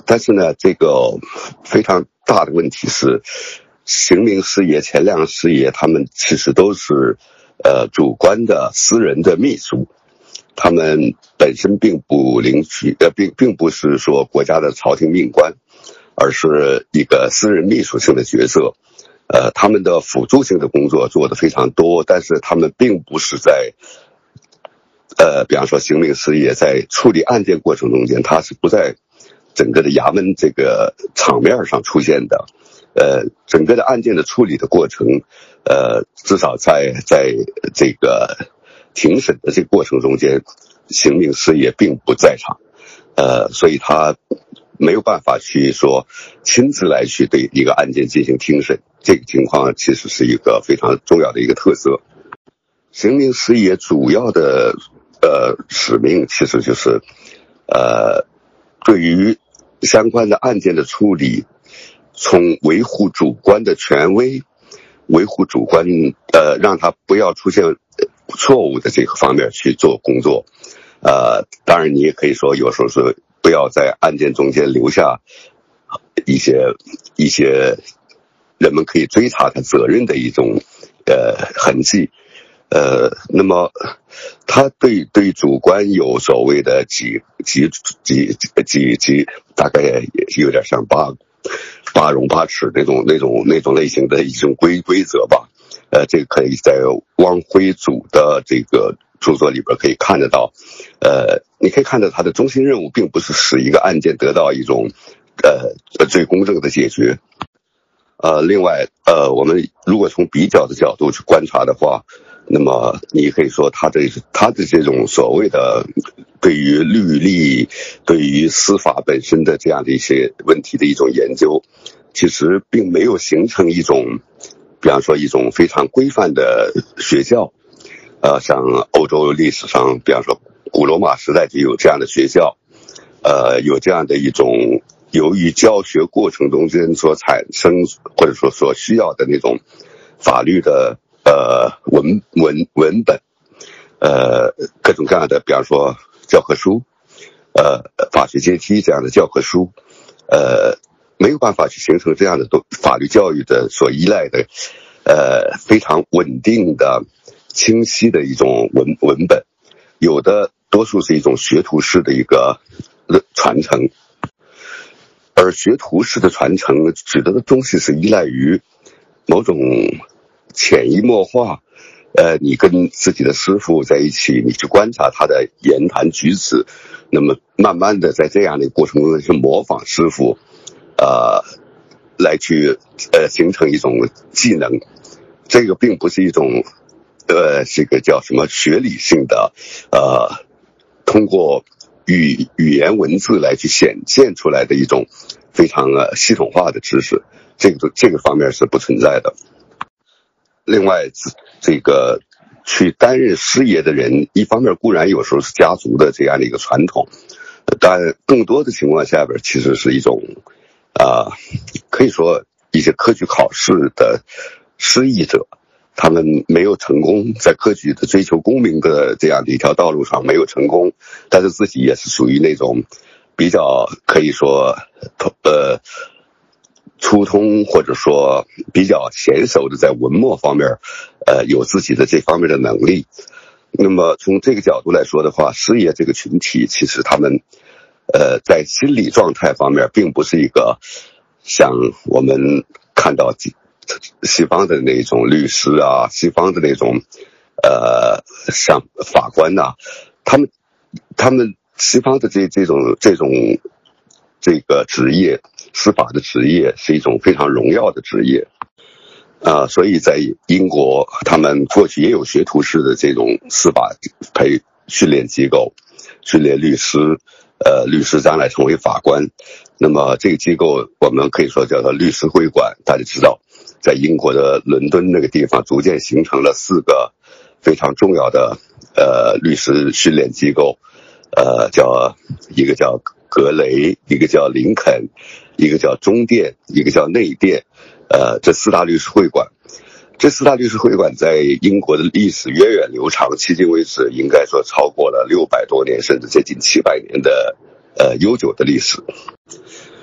B: 但是呢，这个非常大的问题是，邢明师爷、钱亮师爷他们其实都是呃主官的私人的秘书，他们本身并不领取呃并并不是说国家的朝廷命官，而是一个私人秘书性的角色。呃，他们的辅助性的工作做得非常多，但是他们并不是在呃，比方说邢明师爷在处理案件过程中间，他是不在整个的衙门这个场面上出现的。呃，整个的案件的处理的过程，呃，至少在在这个庭审的这个过程中间，邢明师爷并不在场，呃，所以他没有办法去说亲自来去对一个案件进行庭审，这个情况其实是一个非常重要的一个特色。邢明师爷主要的呃使命其实就是呃对于相关的案件的处理，从维护主观的权威，维护主观呃让他不要出现错误的这个方面去做工作。呃当然你也可以说有时候是不要在案件中间留下一些一些人们可以追查他责任的一种呃痕迹。呃那么他对对主观有所谓的几几几几几大概也有点像八八荣八耻那种那种那种类型的一种规规则吧。呃这个可以在汪辉祖的这个著作里边可以看得到。呃你可以看到他的中心任务并不是使一个案件得到一种呃最公正的解决。呃另外呃我们如果从比较的角度去观察的话，那么你可以说他的他的这种所谓的对于律例对于司法本身的这样的一些问题的一种研究，其实并没有形成一种比方说一种非常规范的学校。呃像欧洲历史上比方说古罗马时代就有这样的学校，呃有这样的一种由于教学过程中间所产生或者说所需要的那种法律的呃文文文本，呃各种各样的比方说教科书，呃法学阶梯这样的教科书，呃没有办法去形成这样的法律教育的所依赖的呃非常稳定的清晰的一种文文本，有的多数是一种学徒式的一个传承。而学徒式的传承指的东西是依赖于某种潜移默化，呃，你跟自己的师傅在一起，你去观察他的言谈举止，那么慢慢的在这样的过程中去模仿师傅，呃，来去呃形成一种技能。这个并不是一种呃这个叫什么学理性的呃通过语语言文字来去显现出来的一种非常呃系统化的知识，这个这个方面是不存在的。另外这个去担任师爷的人，一方面固然有时候是家族的这样的一个传统，但更多的情况下边其实是一种啊、呃，可以说一些科举考试的失意者，他们没有成功，在科举的追求功名的这样的一条道路上没有成功，但是自己也是属于那种比较可以说呃粗通或者说比较娴熟的在文墨方面呃有自己的这方面的能力。那么从这个角度来说的话，师爷这个群体其实他们呃在心理状态方面并不是一个像我们看到西方的那种律师啊，西方的那种呃像法官呐、啊，他们他们西方的这这种这种这个职业，司法的职业是一种非常荣耀的职业啊、呃，所以在英国他们过去也有学徒式的这种司法培训练机构，训练律师，呃，律师将来成为法官。那么这个机构我们可以说叫做律师会馆，大家知道在英国的伦敦那个地方逐渐形成了四个非常重要的呃律师训练机构，呃叫一个叫格雷，一个叫林肯，一个叫中殿，一个叫内殿，呃这四大律师会馆。这四大律师会馆在英国的历史源远流长，迄今为止应该说超过了六百多年，甚至接近七百年的呃悠久的历史。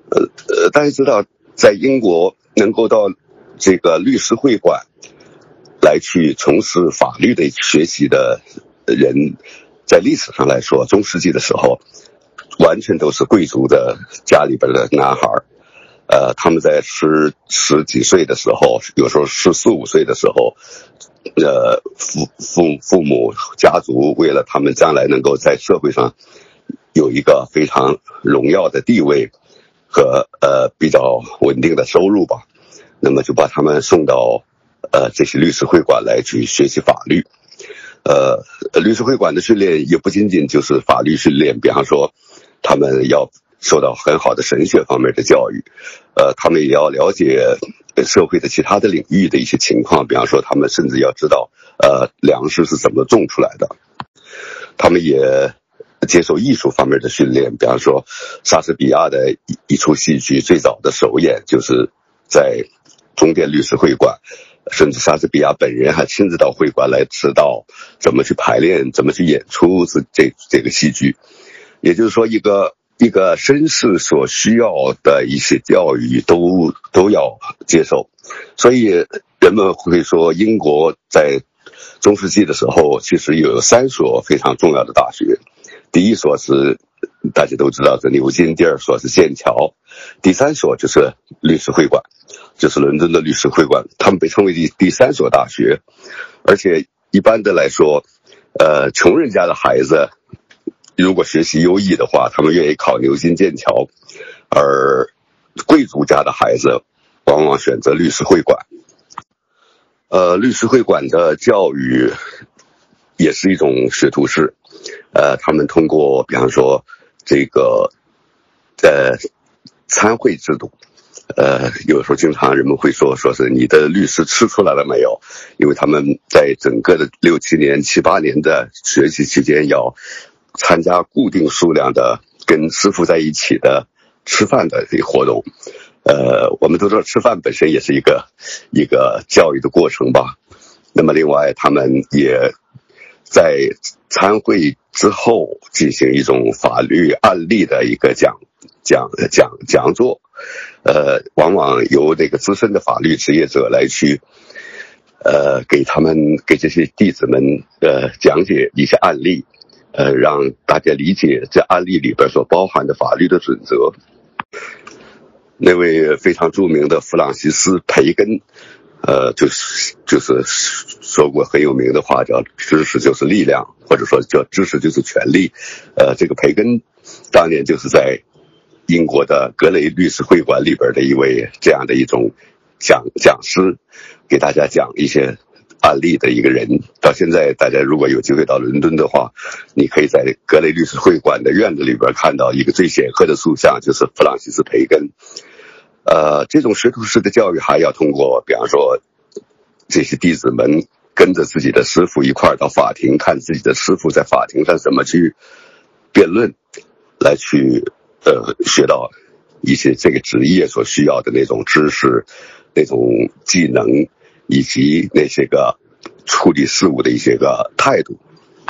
B: 呃呃，大家知道，在英国能够到这个律师会馆来去从事法律的学习的人，在历史上来说，中世纪的时候，完全都是贵族的家里边的男孩。呃，他们在十十几岁的时候，有时候十四五岁的时候，呃，父父父母家族为了他们将来能够在社会上有一个非常荣耀的地位和呃比较稳定的收入吧，那么就把他们送到呃这些律师会馆来去学习法律。呃，律师会馆的训练也不仅仅就是法律训练，比方说他们要受到很好的神学方面的教育，呃，他们也要了解社会的其他的领域的一些情况，比方说他们甚至要知道呃粮食是怎么种出来的。他们也接受艺术方面的训练，比方说莎士比亚的一一出戏剧最早的首演就是在中殿律师会馆，甚至莎士比亚本人还亲自到会馆来指导怎么去排练，怎么去演出这这个戏剧。也就是说，一个一个绅士所需要的一些教育都都要接受。所以人们会说，英国在中世纪的时候其实有三所非常重要的大学。第一所是大家都知道是牛津，第二所是剑桥，第三所就是律师会馆，就是伦敦的律师会馆，他们被称为第第三所大学。而且一般的来说，呃，穷人家的孩子如果学习优异的话，他们愿意考牛津剑桥，而贵族家的孩子往往选择律师会馆。呃，律师会馆的教育也是一种学徒式，呃，他们通过比方说这个呃参会制度，呃，有时候经常人们会说说是你的律师吃出来了没有？因为他们在整个的六七年、七八年的学习期间要参加固定数量的跟师傅在一起的吃饭的这个活动。呃，我们都知道吃饭本身也是一个一个教育的过程吧。那么另外他们也在参会之后进行一种法律案例的一个讲讲讲讲座，呃，往往由这个资深的法律职业者来去呃给他们给这些弟子们呃讲解一些案例，呃，让大家理解这案例里边所包含的法律的准则。那位非常著名的弗朗西斯·培根，呃，就是就是说过很有名的话，叫知识就是力量，或者说叫知识就是权力。呃，这个培根当年就是在英国的格雷律师会馆里边的一位这样的一种讲讲师，给大家讲一些案例的一个人。到现在大家如果有机会到伦敦的话，你可以在格雷律师会馆的院子里边看到一个最显赫的塑像，就是弗朗西斯·培根。呃，这种学徒式的教育还要通过比方说这些弟子们跟着自己的师傅一块到法庭，看自己的师傅在法庭上怎么去辩论，来去呃学到一些这个职业所需要的那种知识、那种技能，以及那些个处理事务的一些个态度。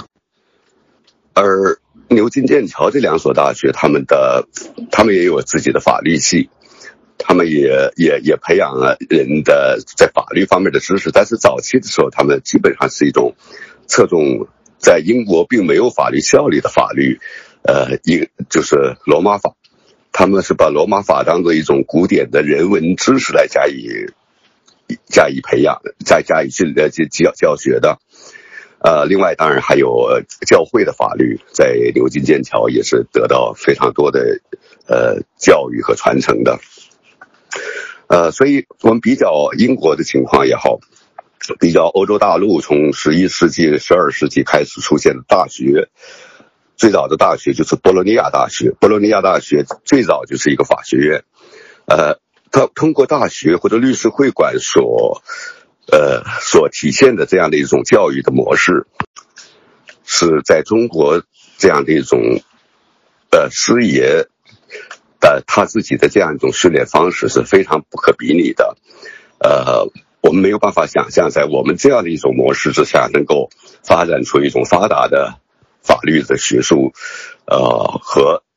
B: 而牛津、剑桥这两所大学，他们的他们也有自己的法律系，他们也也也培养了人的在法律方面的知识。但是早期的时候，他们基本上是一种侧重在英国并没有法律效力的法律，呃，一个就是罗马法。他们是把罗马法当作一种古典的人文知识来加以加以培养的，再加以训练教教学的。呃，另外当然还有教会的法律，在牛津、剑桥也是得到非常多的呃教育和传承的。呃，所以我们比较英国的情况也好，比较欧洲大陆从十一世纪、十二世纪开始出现的大学，最早的大学就是波罗尼亚大学。波罗尼亚大学最早就是一个法学院，呃，它通过大学或者律师会馆所呃所体现的这样的一种教育的模式，是在中国这样的一种呃师爷的他自己的这样一种训练方式是非常不可比拟的。呃，我们没有办法想象在我们这样的一种模式之下能够发展出一种发达的法律的学术呃和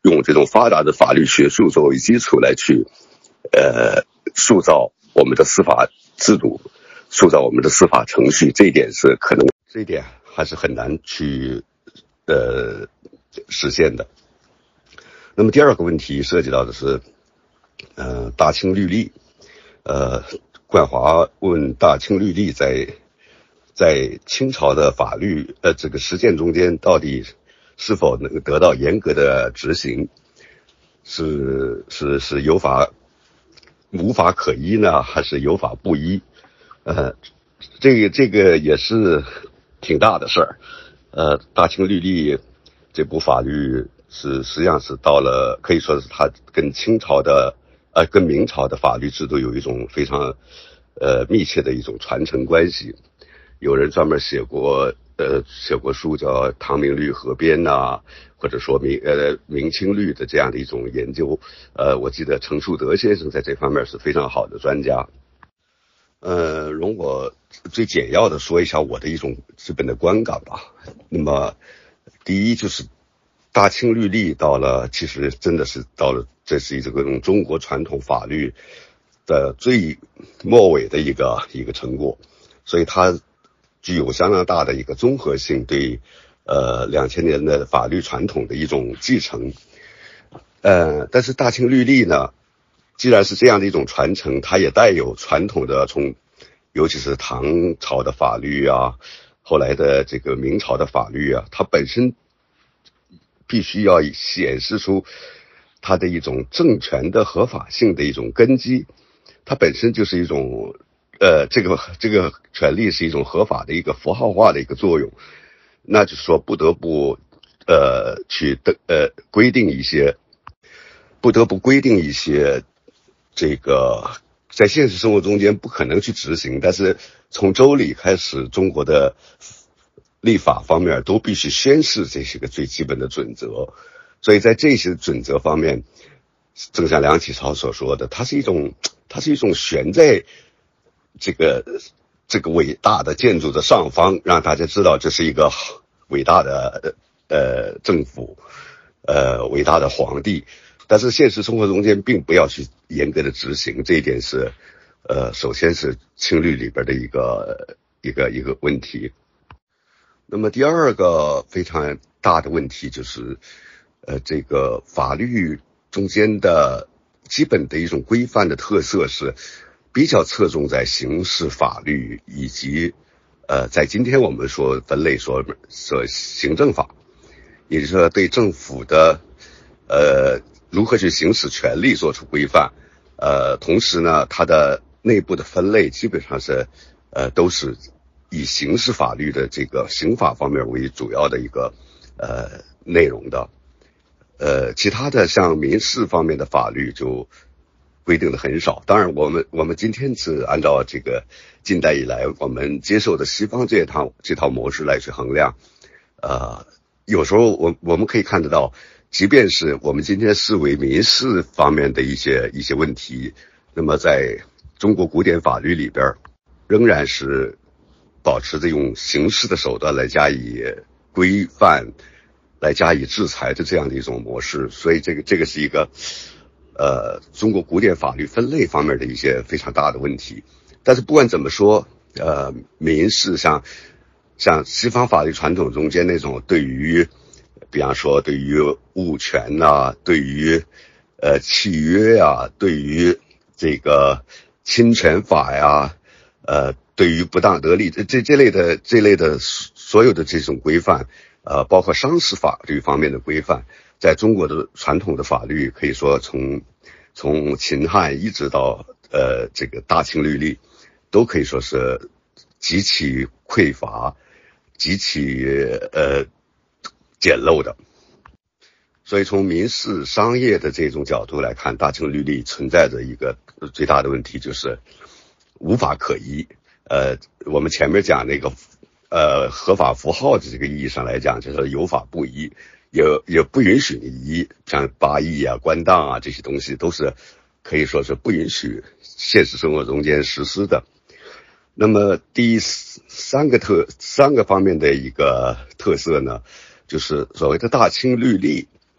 B: 用这种发达的法律学术作为基础来去呃塑造我们的司法制度，塑造我们的司法程序，这一点是可能
A: 这一点还是很难去呃实现的。那么第二个问题涉及到的是呃大清律例，呃冠华问大清律例在在清朝的法律呃这个实践中间到底是否能得到严格的执行，是是是有法无法可依呢，还是有法不依？呃，这个这个也是挺大的事儿。呃，大清律例这部法律是实际上是到了，可以说是它跟清朝的呃跟明朝的法律制度有一种非常呃密切的一种传承关系。有人专门写过呃写过书叫《唐明律合编》呐，或者说明呃明清律的这样的一种研究。呃，我记得程树德先生在这方面是非常好的专家。呃，容我最简要的说一下我的一种基本的观感吧。那么，第一就是大清律例到了，其实真的是到了，这是这个中国传统法律的最末尾的一个一个成果，所以它具有相当大的一个综合性，对呃两千年的法律传统的一种继承。呃，但是大清律例呢，既然是这样的一种传承，它也带有传统的从，尤其是唐朝的法律啊，后来的这个明朝的法律啊，它本身必须要显示出它的一种政权的合法性的一种根基，它本身就是一种呃，这个这个权利是一种合法的一个符号化的一个作用，那就是说不得不呃去的呃规定一些，不得不规定一些。这个在现实生活中间不可能去执行，但是从周礼开始，中国的立法方面都必须宣示这些个最基本的准则。所以在这些准则方面，正像梁启超所说的，它是一种它是一种悬在这个这个伟大的建筑的上方，让大家知道这是一个伟大的呃政府，呃伟大的皇帝。但是现实生活中间并不要去严格的执行，这一点是呃首先是清律里边的一个一个一个问题。那么第二个非常大的问题就是呃这个法律中间的基本的一种规范的特色是比较侧重在刑事法律，以及呃在今天我们说分类说说行政法，也就是说对政府的呃如何去行使权力做出规范，呃，同时呢，它的内部的分类基本上是，呃，都是以刑事法律的这个刑法方面为主要的一个呃内容的，呃，其他的像民事方面的法律就规定的很少。当然，我们我们今天是按照这个近代以来我们接受的西方这套这套模式来去衡量，呃，有时候我我们可以看得到。即便是我们今天视为民事方面的一些一些问题，那么在中国古典法律里边，仍然是保持着用刑事的手段来加以规范、来加以制裁的这样的一种模式。所以这个这个是一个呃中国古典法律分类方面的一些非常大的问题。但是不管怎么说，呃，民事像像西方法律传统中间那种对于比方说对于物权呐、啊，对于呃契约啊，对于这个侵权法呀，呃对于不当得利这这这类的这类的所有的这种规范，呃包括商事法律方面的规范，在中国的传统的法律可以说从从秦汉一直到呃这个大清律例，都可以说是极其匮乏，极其呃简陋的。所以从民事商业的这种角度来看，大清律例存在着一个最大的问题，就是无法可依。呃我们前面讲那个呃合法符号的这个意义上来讲，就是有法不依，也也不允许你依，像八义啊、官当啊这些东西都是可以说是不允许现实生活中间实施的。那么第三个特三个方面的一个特色呢，就是所谓的大清律例，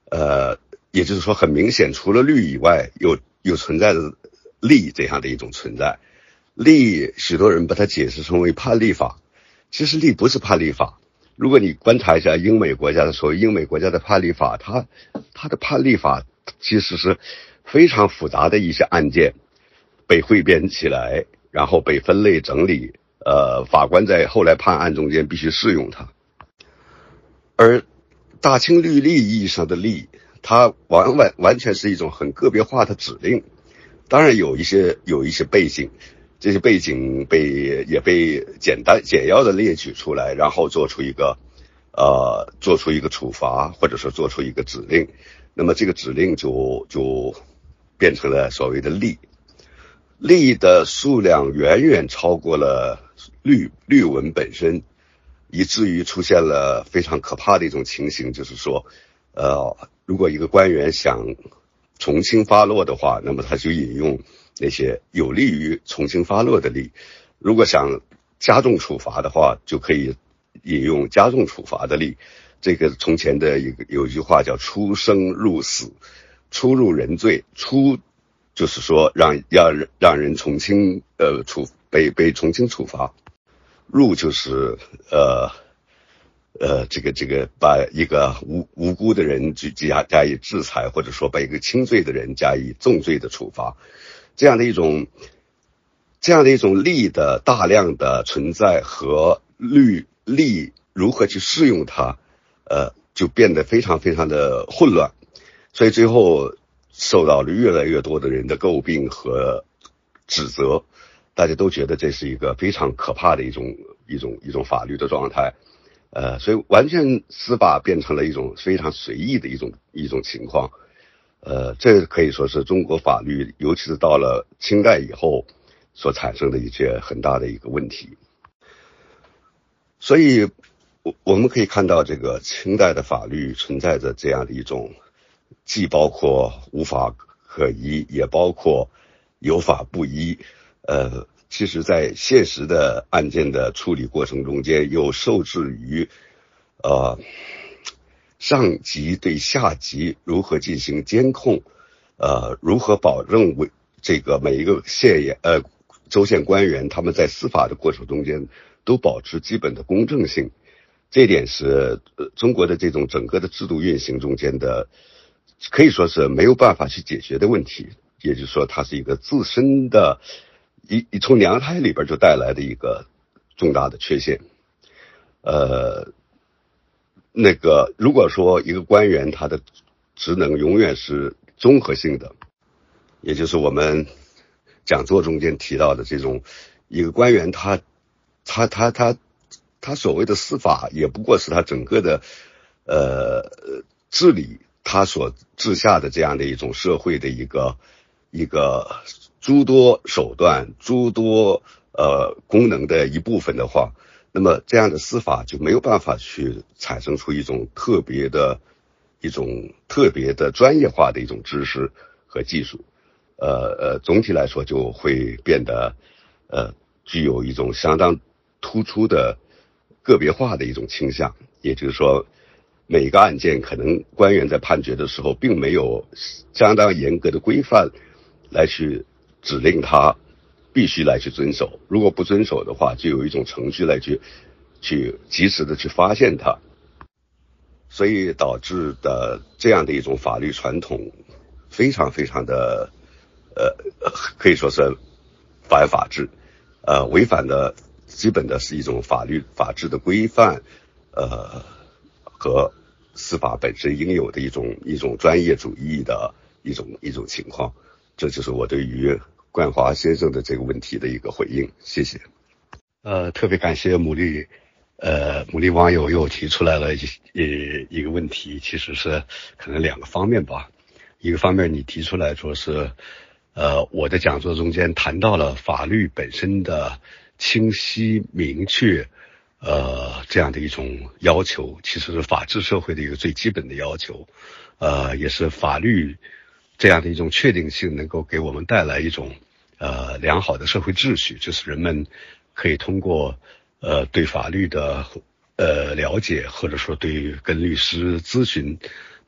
A: 呃，也就是说很明显，除了律以外，又又存在着利这样的一种存在。利，许多人把它解释成为判例法，其实利不是判例法。如果你观察一下英美国家的所谓英美国家的判例法，它它的判例法其实是非常复杂的一些案件被汇编起来，然后被分类整理，呃，法官在后来判案中间必须适用它。而大清律例意义上的例，它完完完全是一种很个别化的指令，当然有一些有一些背景。这些背景被也被简单简要的列举出来，然后做出一个呃做出一个处罚，或者说做出一个指令，那么这个指令就就变成了所谓的例。例的数量远远超过了律律文本身，以至于出现了非常可怕的一种情形，就是说呃如果一个官员想从轻发落的话，那么他就引用那些有利于从轻发落的例，如果想加重处罚的话，就可以引用加重处罚的例。这个从前的一个有一句话叫出生入死，出入人罪，出就是说让要让人从轻呃处被被从轻处罚，入就是呃呃这个这个把一个无无辜的人加加以制裁，或者说把一个轻罪的人加以重罪的处罚。这样的一种这样的一种利的大量的存在和律利如何去适用它，呃，就变得非常非常的混乱，所以最后受到了越来越多的人的诟病和指责，大家都觉得这是一个非常可怕的一种一种一种法律的状态，呃，所以完全司法变成了一种非常随意的一种一种情况。呃，这可以说是中国法律，尤其是到了清代以后所产生的一些很大的一个问题。所以我我们可以看到，这个清代的法律存在着这样的一种，既包括无法可依，也包括有法不依。呃，其实在现实的案件的处理过程中间，又受制于呃上级对下级如何进行监控，呃，如何保证为这个每一个县也呃州县官员他们在司法的过程中间都保持基本的公正性，这点是呃中国的这种整个的制度运行中间的，可以说是没有办法去解决的问题，也就是说它是一个自身的一一从娘胎里边就带来的一个重大的缺陷。呃。那个如果说一个官员他的职能永远是综合性的，也就是我们讲座中间提到的这种一个官员他他他他他所谓的司法也不过是他整个的呃治理他所治下的这样的一种社会的一个一个诸多手段诸多呃功能的一部分的话，那么这样的司法就没有办法去产生出一种特别的一种特别的专业化的一种知识和技术，呃呃，总体来说就会变得呃具有一种相当突出的个别化的一种倾向，也就是说每个案件可能官员在判决的时候并没有相当严格的规范来去指令他必须来去遵守，如果不遵守的话，就有一种程序来去去及时的去发现它，所以导致的这样的一种法律传统非常非常的呃可以说是反法治，呃违反的基本的是一种法律法治的规范，呃和司法本身应有的一种一种专业主义的一种一种情况，这就是我对于冠华先生的这个问题的一个回应，谢谢。呃，特别感谢牡蛎，呃，牡蛎网友又提出来了一一一个问题，其实是可能两个方面吧。一个方面你提出来说是，呃，我的讲座中间谈到了法律本身的清晰明确，呃，这样的一种要求，其实是法治社会的一个最基本的要求，呃，也是法律这样的一种确定性能够给我们带来一种呃良好的社会秩序，就是人们可以通过呃对法律的呃了解，或者说对跟律师咨询，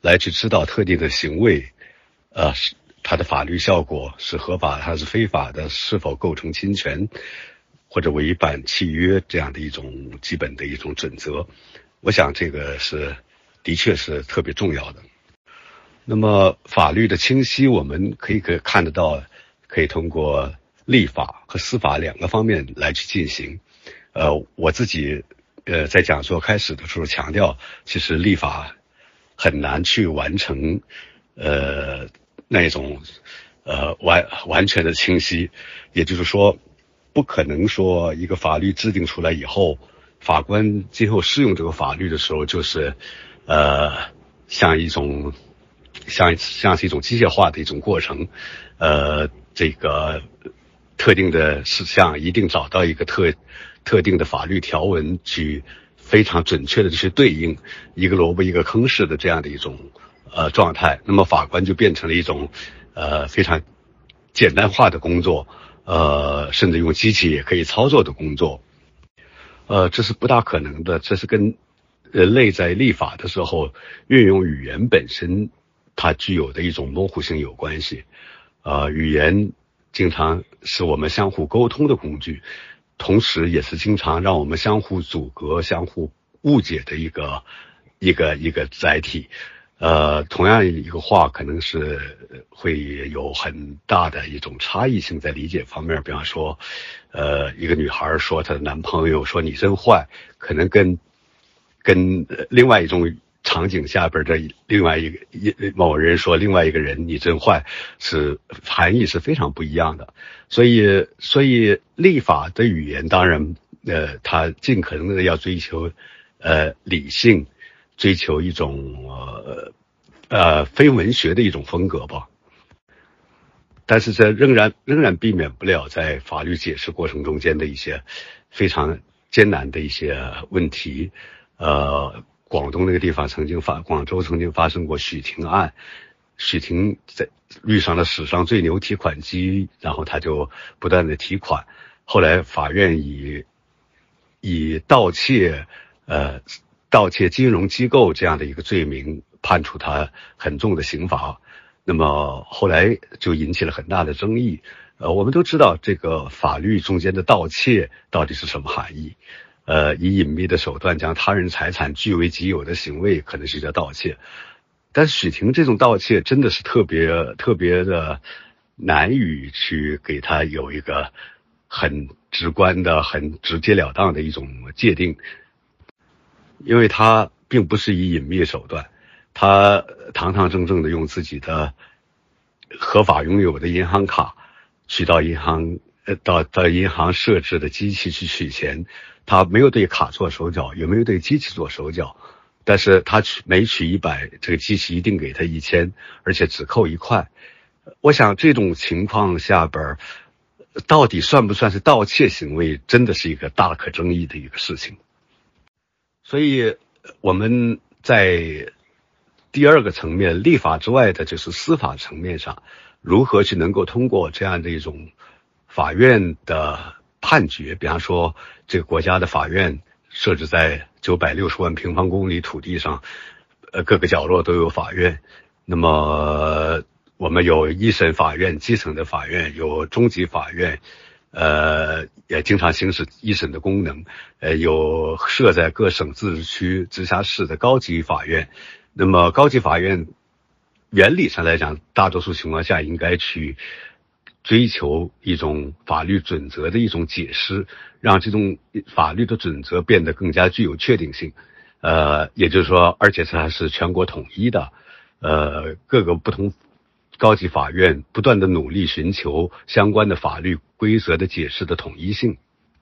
A: 来去知道特定的行为，呃，它的法律效果是合法还是非法的，是否构成侵权或者违反契约这样的一种基本的一种准则。我想这个是的确是特别重要的。那么法律的清晰，我们可以可以看得到，可以通过立法和司法两个方面来去进行。呃，我自己呃在讲座开始的时候强调，其实立法很难去完成呃那种呃完完全的清晰，也就是说，不可能说一个法律制定出来以后，法官今后适用这个法律的时候，就是呃像一种像像是一种机械化的一种过程，呃这个特定的事项一定找到一个特特定的法律条文去非常准确的去对应，一个萝卜一个坑式的这样的一种呃状态，那么法官就变成了一种呃非常简单化的工作，呃甚至用机器也可以操作的工作，呃这是不大可能的，这是跟人类在立法的时候运用语言本身它具有的一种模糊性有关系。呃语言经常是我们相互沟通的工具，同时也是经常让我们相互阻隔、相互误解的一个一个一个载体。呃，同样一个话可能是会有很大的一种差异性在理解方面。比方说，呃，一个女孩说她的男朋友说你真坏，可能跟跟另外一种场景下边的另外一个某人说另外一个人你真坏，是含义是非常不一样的。所以所以立法的语言当然呃它尽可能的要追求呃理性，追求一种呃呃非文学的一种风格吧。但是这仍然仍然避免不了在法律解释过程中间的一些非常艰难的一些问题。呃广东那个地方曾经发广州曾经发生过许霆案，许霆在遇上了史上最牛提款机，然后他就不断的提款，后来法院以以盗窃呃盗窃金融机构这样的一个罪名判处他很重的刑罚，那么后来就引起了很大的争议。呃我们都知道这个法律中间的盗窃到底是什么含义，呃，以隐秘的手段将他人财产据为己有的行为可能是叫盗窃，但是许霆这种盗窃真的是特别特别的难以去给他有一个很直观的很直截了当的一种界定，因为他并不是以隐秘手段，他堂堂正正的用自己的合法拥有的银行卡去到银行呃到到银行设置的机器去取钱，他没有对卡做手脚，也没有对机器做手脚，但是他取每取一百，这个机器一定给他一千，而且只扣一块。我想这种情况下边，到底算不算是盗窃行为，真的是一个大可争议的一个事情。所以我们在第二个层面，立法之外的就是司法层面上，如何去能够通过这样的一种法院的判决，比方说这个国家的法院设置在九百六十万平方公里土地上，呃，各个角落都有法院。那么我们有一审法院、基层的法院，有中级法院，呃，也经常行使一审的功能，呃，有设在各省自治区、直辖市的高级法院。那么高级法院原理上来讲，大多数情况下应该去追求一种法律准则的一种解释，让这种法律的准则变得更加具有确定性。呃，也就是说，而且它是全国统一的，呃，各个不同高级法院不断的努力寻求相关的法律规则的解释的统一性。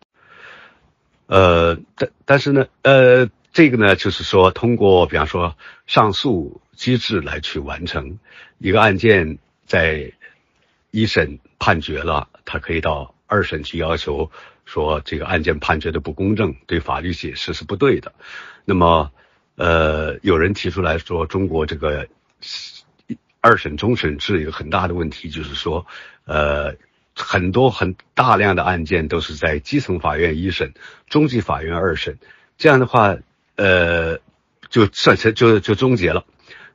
A: 呃，但但是呢，呃，这个呢，就是说通过比方说上诉机制来去完成一个案件，在一审判决了，他可以到二审去要求说这个案件判决的不公正，对法律解释是不对的。那么呃，有人提出来说，中国这个二审终审制有很大的问题，就是说呃很多很大量的案件都是在基层法院一审，中级法院二审，这样的话呃就算是就就终结了。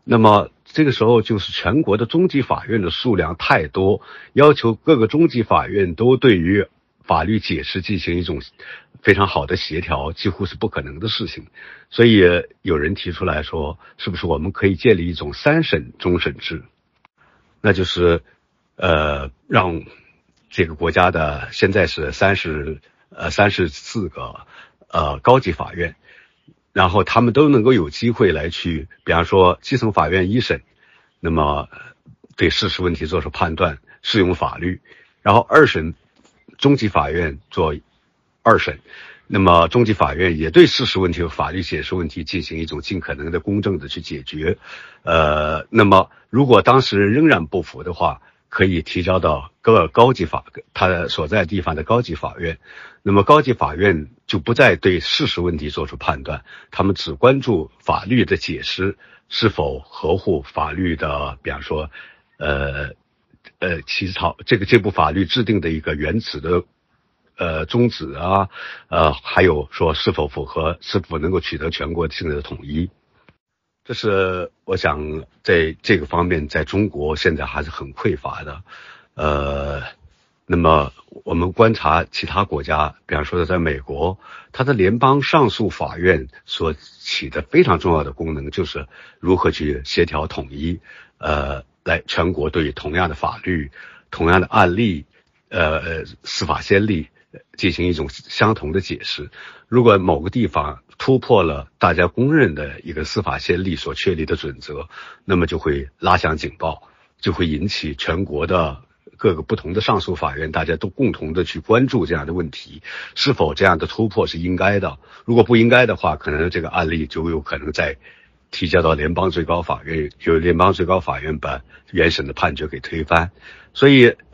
A: 那么这个时候就是全国的中级法院的数量太多，要求各个中级法院都对于法律解释进行一种非常好的协调，几乎是不可能的事情。所以有人提出来说，是不是我们可以建立一种三审终审制？那就是呃让这个国家的现在是三十呃三十四个呃高级法院，然后他们都能够有机会来去，比方说基层法院一审，那么对事实问题做出判断，适用法律，然后二审中级法院做二审，那么中级法院也对事实问题和法律解释问题进行一种尽可能的公正的去解决。呃，那么如果当事人仍然不服的话，可以提交到各高级法他所在地方的高级法院，那么高级法院就不再对事实问题做出判断，他们只关注法律的解释是否合乎法律的，比方说呃呃起草这个这部法律制定的一个原始的呃宗旨啊，呃还有说是否符合，是否能够取得全国性的统一。这是我想在这个方面在中国现在还是很匮乏的。呃那么我们观察其他国家，比方说在美国，它的联邦上诉法院所起的非常重要的功能就是如何去协调统一，呃来全国对同样的法律同样的案例呃司法先例进行一种相同的解释。如果某个地方突破了大家公认的一个司法先例所确立的准则，那么就会拉响警报，就会引起全国的各个不同的上诉法院大家都共同的去关注这样的问题，是否这样的突破是应该的。如果不应该的话，可能这个案例就有可能在提交到联邦最高法院，由联邦最高法院把原审的判决给推翻。所以呃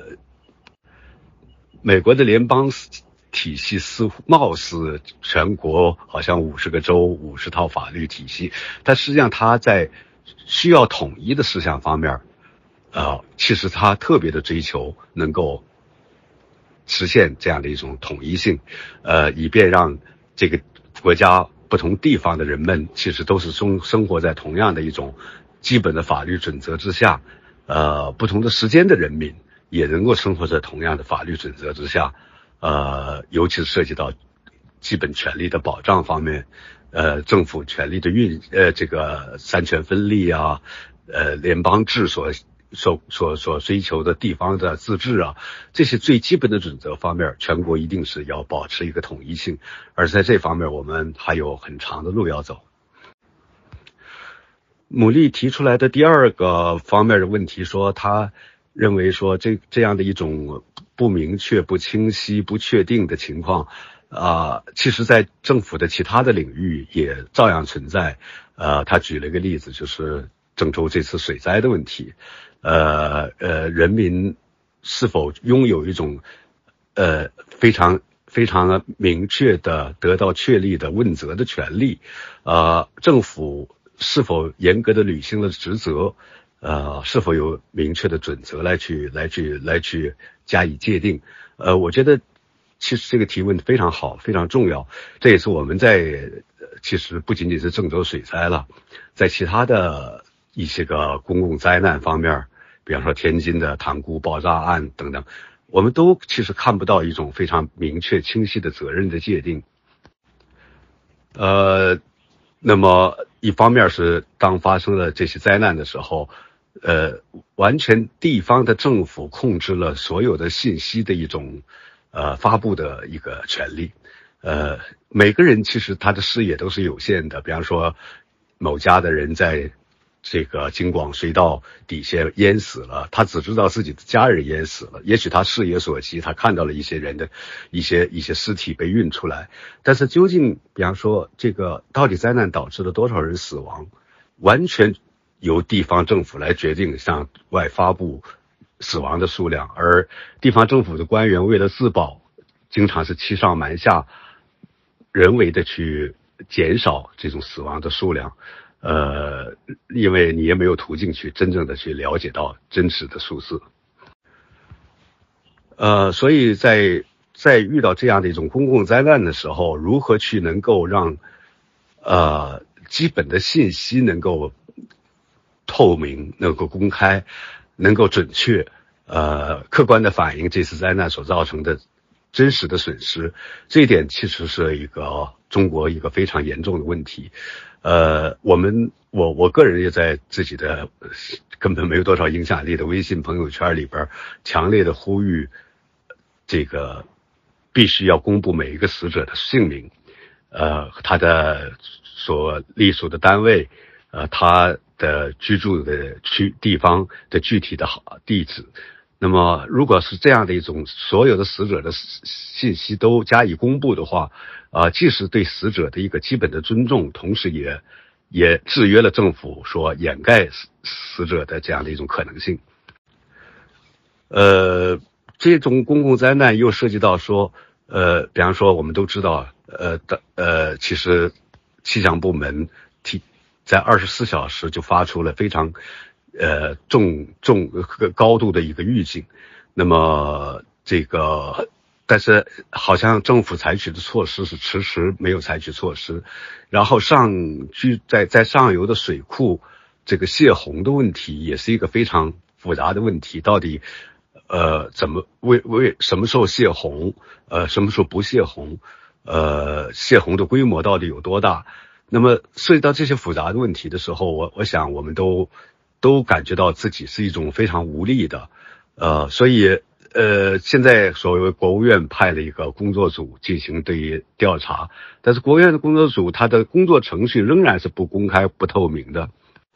A: 美国的联邦体系似乎貌似全国好像五十个州五十套法律体系，但实际上它在需要统一的事项方面呃其实它特别的追求能够实现这样的一种统一性，呃以便让这个国家不同地方的人们其实都是生生活在同样的一种基本的法律准则之下，呃不同的时间的人民也能够生活在同样的法律准则之下，呃，尤其是涉及到基本权利的保障方面，呃，政府权力的运，呃，这个三权分立啊，呃，联邦制所所所所追求的地方的自治啊，这些最基本的准则方面，全国一定是要保持一个统一性，而在这方面我们还有很长的路要走。牡蛎提出来的第二个方面的问题说，他认为说这这样的一种不明确、不清晰、不确定的情况，啊、呃，其实在政府的其他的领域也照样存在。呃，他举了一个例子，就是郑州这次水灾的问题。呃呃，人民是否拥有一种呃非常非常明确的得到确立的问责的权利？呃，政府是否严格的履行了职责？呃，是否有明确的准则来去来去来去加以界定？呃，我觉得其实这个提问非常好，非常重要。这也是我们在其实不仅仅是郑州水灾了，在其他的一些个公共灾难方面，比方说天津的塘沽爆炸案等等，我们都其实看不到一种非常明确清晰的责任的界定。呃，那么一方面是当发生了这些灾难的时候，呃，完全地方的政府控制了所有的信息的一种呃发布的一个权利。呃，每个人其实他的视野都是有限的，比方说某家的人在这个京广隧道底下淹死了，他只知道自己的家人淹死了，也许他视野所及，他看到了一些人的一些一些尸体被运出来，但是究竟比方说这个到底灾难导致了多少人死亡，完全由地方政府来决定向外发布死亡的数量，而地方政府的官员为了自保，经常是欺上瞒下，人为的去减少这种死亡的数量。呃，因为你也没有途径去真正的去了解到真实的数字。呃，所以在在遇到这样的一种公共灾难的时候，如何去能够让呃基本的信息能够透明、能够公开、能够准确、呃客观的反映这次灾难所造成的真实的损失，这一点其实是一个中国一个非常严重的问题。呃，我们我我个人也在自己的根本没有多少影响力的微信朋友圈里边强烈的呼吁，这个必须要公布每一个死者的姓名，呃，他的所隶属的单位，呃，他的居住的区地方的具体的地址。那么如果是这样的一种所有的死者的信息都加以公布的话，呃，既是对死者的一个基本的尊重，同时也也制约了政府说掩盖死死者的这样的一种可能性。呃，这种公共灾难又涉及到说，呃，比方说我们都知道，呃的呃，其实气象部门提在二十四小时就发出了非常呃重重高度的一个预警。那么这个但是好像政府采取的措施是迟迟没有采取措施。然后上居在在上游的水库这个泄洪的问题也是一个非常复杂的问题，到底呃怎么为为什么时候泄洪，呃什么时候不泄洪，呃泄洪的规模到底有多大。那么涉及到这些复杂的问题的时候，我我想我们都都感觉到自己是一种非常无力的，呃，所以呃，现在所谓国务院派了一个工作组进行对于调查，但是国务院的工作组它的工作程序仍然是不公开、不透明的。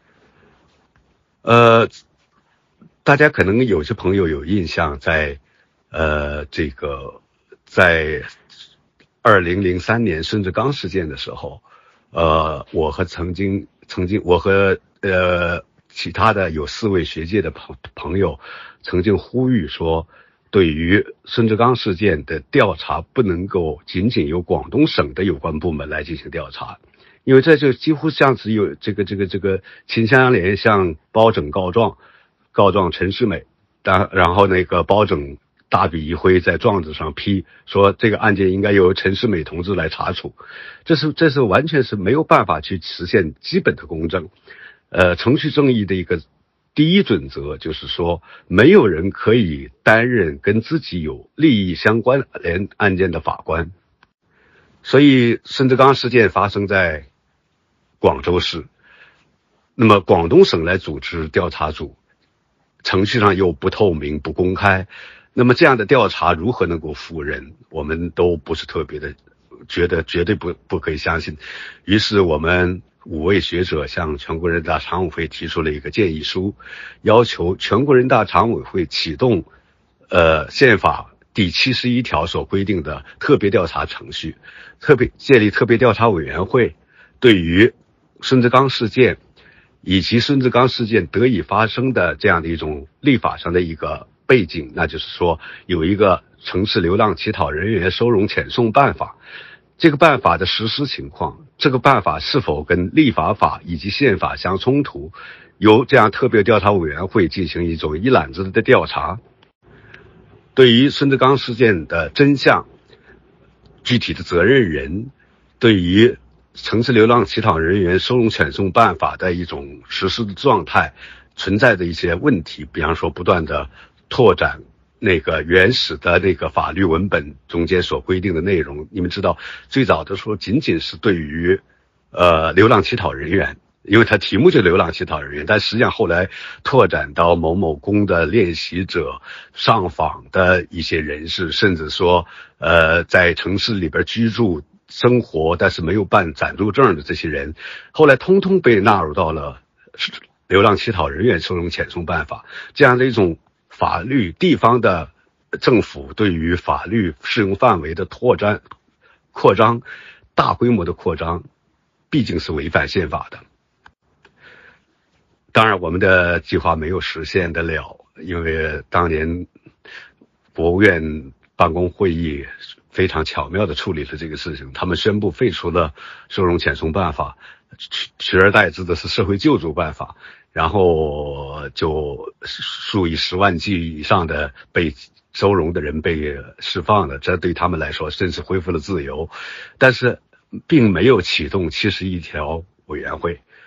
A: 呃，大家可能有些朋友有印象，在呃这个在二零零三年孙志刚事件的时候。呃，我和曾经曾经我和呃其他的有四位学界的朋朋友曾经呼吁说，对于孙志刚事件的调查不能够仅仅由广东省的有关部门来进行调查，因为这就几乎像是有这个这个这个秦香莲向包拯告状，告状陈世美，然然后那个包拯大笔一挥在状子上批说这个案件应该由陈世美同志来查处，这是这是完全是没有办法去实现基本的公正。呃，程序正义的一个第一准则就是说，没有人可以担任跟自己有利益相关联案件的法官。所以孙志刚事件发生在广州市，那么广东省来组织调查组，程序上又不透明不公开，那么这样的调查如何能够服人，我们都不是特别的觉得绝对不不可以相信。于是我们五位学者向全国人大常委会提出了一个建议书，要求全国人大常委会启动呃宪法第七十一条所规定的特别调查程序，特别建立特别调查委员会，对于孙志刚事件以及孙志刚事件得以发生的这样的一种立法上的一个背景，那就是说有一个城市流浪乞讨人员收容遣送办法，这个办法的实施情况，这个办法是否跟立法法以及宪法相冲突，由这样特别调查委员会进行一种一揽子的调查。对于孙志刚事件的真相、具体的责任人，对于城市流浪乞讨人员收容遣送办法的一种实施的状态存在的一些问题，比方说不断的拓展那个原始的那个法律文本中间所规定的内容。你们知道最早的时候仅仅是对于呃流浪乞讨人员，因为它题目就流浪乞讨人员，但实际上后来拓展到某某宫的练习者、上访的一些人士，甚至说呃在城市里边居住生活但是没有办暂住证的这些人，后来通通被纳入到了流浪乞讨人员收容遣送办法。这样的一种法律，地方的政府对于法律适用范围的拓展扩张，大规模的扩张毕竟是违反宪法的。当然我们的计划没有实现得了，因为当年国务院办公会议非常巧妙地处理了这个事情，他们宣布废除了收容遣送办法，取取而代之的是社会救助办法，然后就数以十万计以上的被收容的人被释放了，这对他们来说甚至恢复了自由。但是并没有启动七十一条委员会，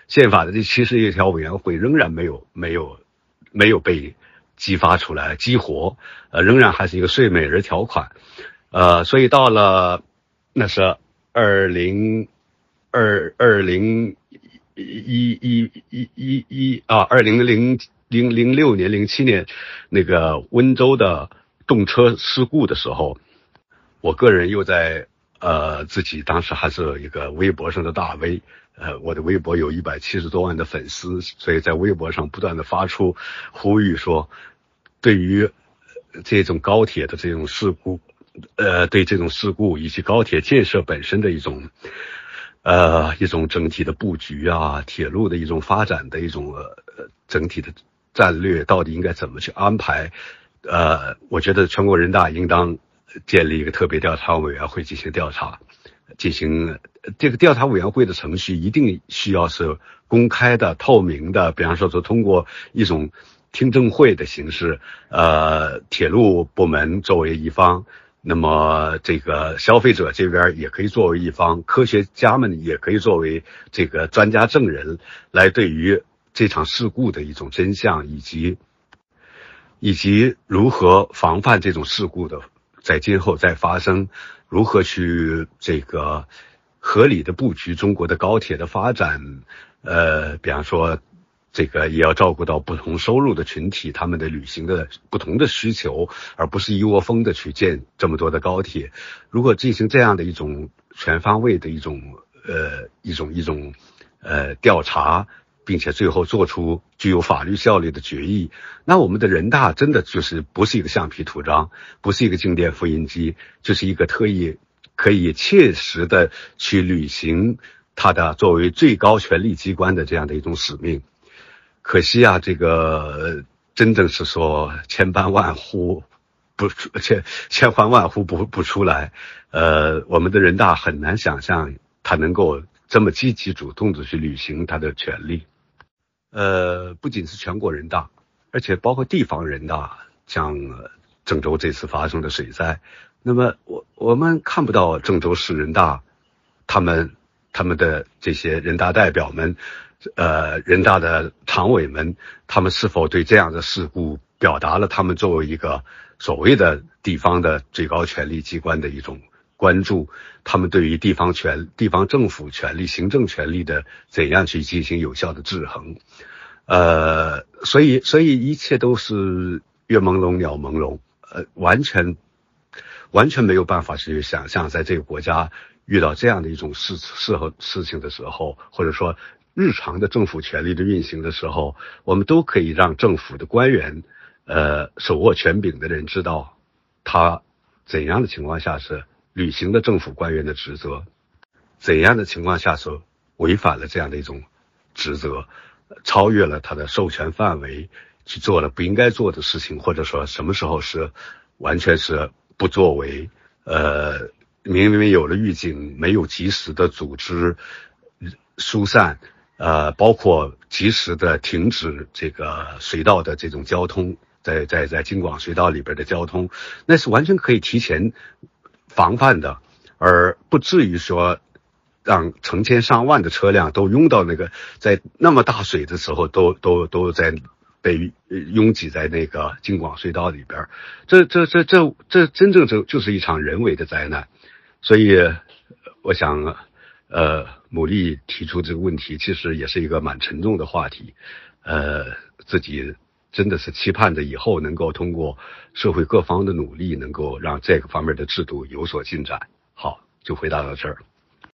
A: 宪法的这七十一条委员会仍然没有没有没有被激发出来激活，呃，仍然还是一个睡美人条款，呃，所以到了那是二零二二零一一一一一啊，二零零零零六年零七年那个温州的动车事故的时候，我个人又在呃自己当时还是一个微博上的大 V。呃，我的微博有一百七十多万的粉丝，所以在微博上不断的发出呼吁说，对于这种高铁的这种事故，呃，对这种事故以及高铁建设本身的一种，呃，一种整体的布局啊，铁路的一种发展的一种呃整体的战略到底应该怎么去安排？呃，我觉得全国人大应当建立一个特别调查委员会进行调查。进行这个调查委员会的程序一定需要是公开的、透明的，比方说说通过一种听证会的形式，呃，铁路部门作为一方，那么这个消费者这边也可以作为一方，科学家们也可以作为这个专家证人，来对于这场事故的一种真相以及以及如何防范这种事故的在今后再发生。如何去这个合理的布局中国的高铁的发展，呃，比方说这个也要照顾到不同收入的群体，他们的旅行的不同的需求，而不是一窝蜂的去建这么多的高铁。如果进行这样的一种全方位的一种呃一种一种呃调查，并且最后做出具有法律效力的决议，那我们的人大真的就是不是一个橡皮图章，不是一个静电复印机，就是一个特意可以切实的去履行它的作为最高权力机关的这样的一种使命。可惜啊，这个真正是说千般万呼不千千欢万呼不不出来，呃，我们的人大很难想象他能够这么积极主动的去履行他的权利。呃，不仅是全国人大，而且包括地方人大，像郑州这次发生的水灾，那么我我们看不到郑州市人大他们他们的这些人大代表们，呃，人大的常委们，他们是否对这样的事故表达了他们作为一个所谓的地方的最高权力机关的一种关注，他们对于地方权、地方政府权力、行政权力的怎样去进行有效的制衡，呃，所以，所以一切都是月朦胧鸟朦胧，呃，完全，完全没有办法去想象，在这个国家遇到这样的一种事事和事情的时候，或者说日常的政府权力的运行的时候，我们都可以让政府的官员，呃，手握权柄的人知道，他怎样的情况下是履行了政府官员的职责，怎样的情况下是违反了这样的一种职责，超越了他的授权范围，去做了不应该做的事情，或者说什么时候是完全是不作为，呃，明明有了预警，没有及时的组织疏散，呃，包括及时的停止这个隧道的这种交通，在在在京广隧道里边的交通，那是完全可以提前防范的，而不至于说让成千上万的车辆都拥到那个在那么大水的时候都都都在被拥挤在那个京广隧道里边，这这这这这真正就就是一场人为的灾难。所以我想呃牡蛎提出这个问题其实也是一个蛮沉重的话题，呃自己真的是期盼着以后能够通过社会各方的努力，能够让这个方面的制度有所进展。好，就回答到这儿。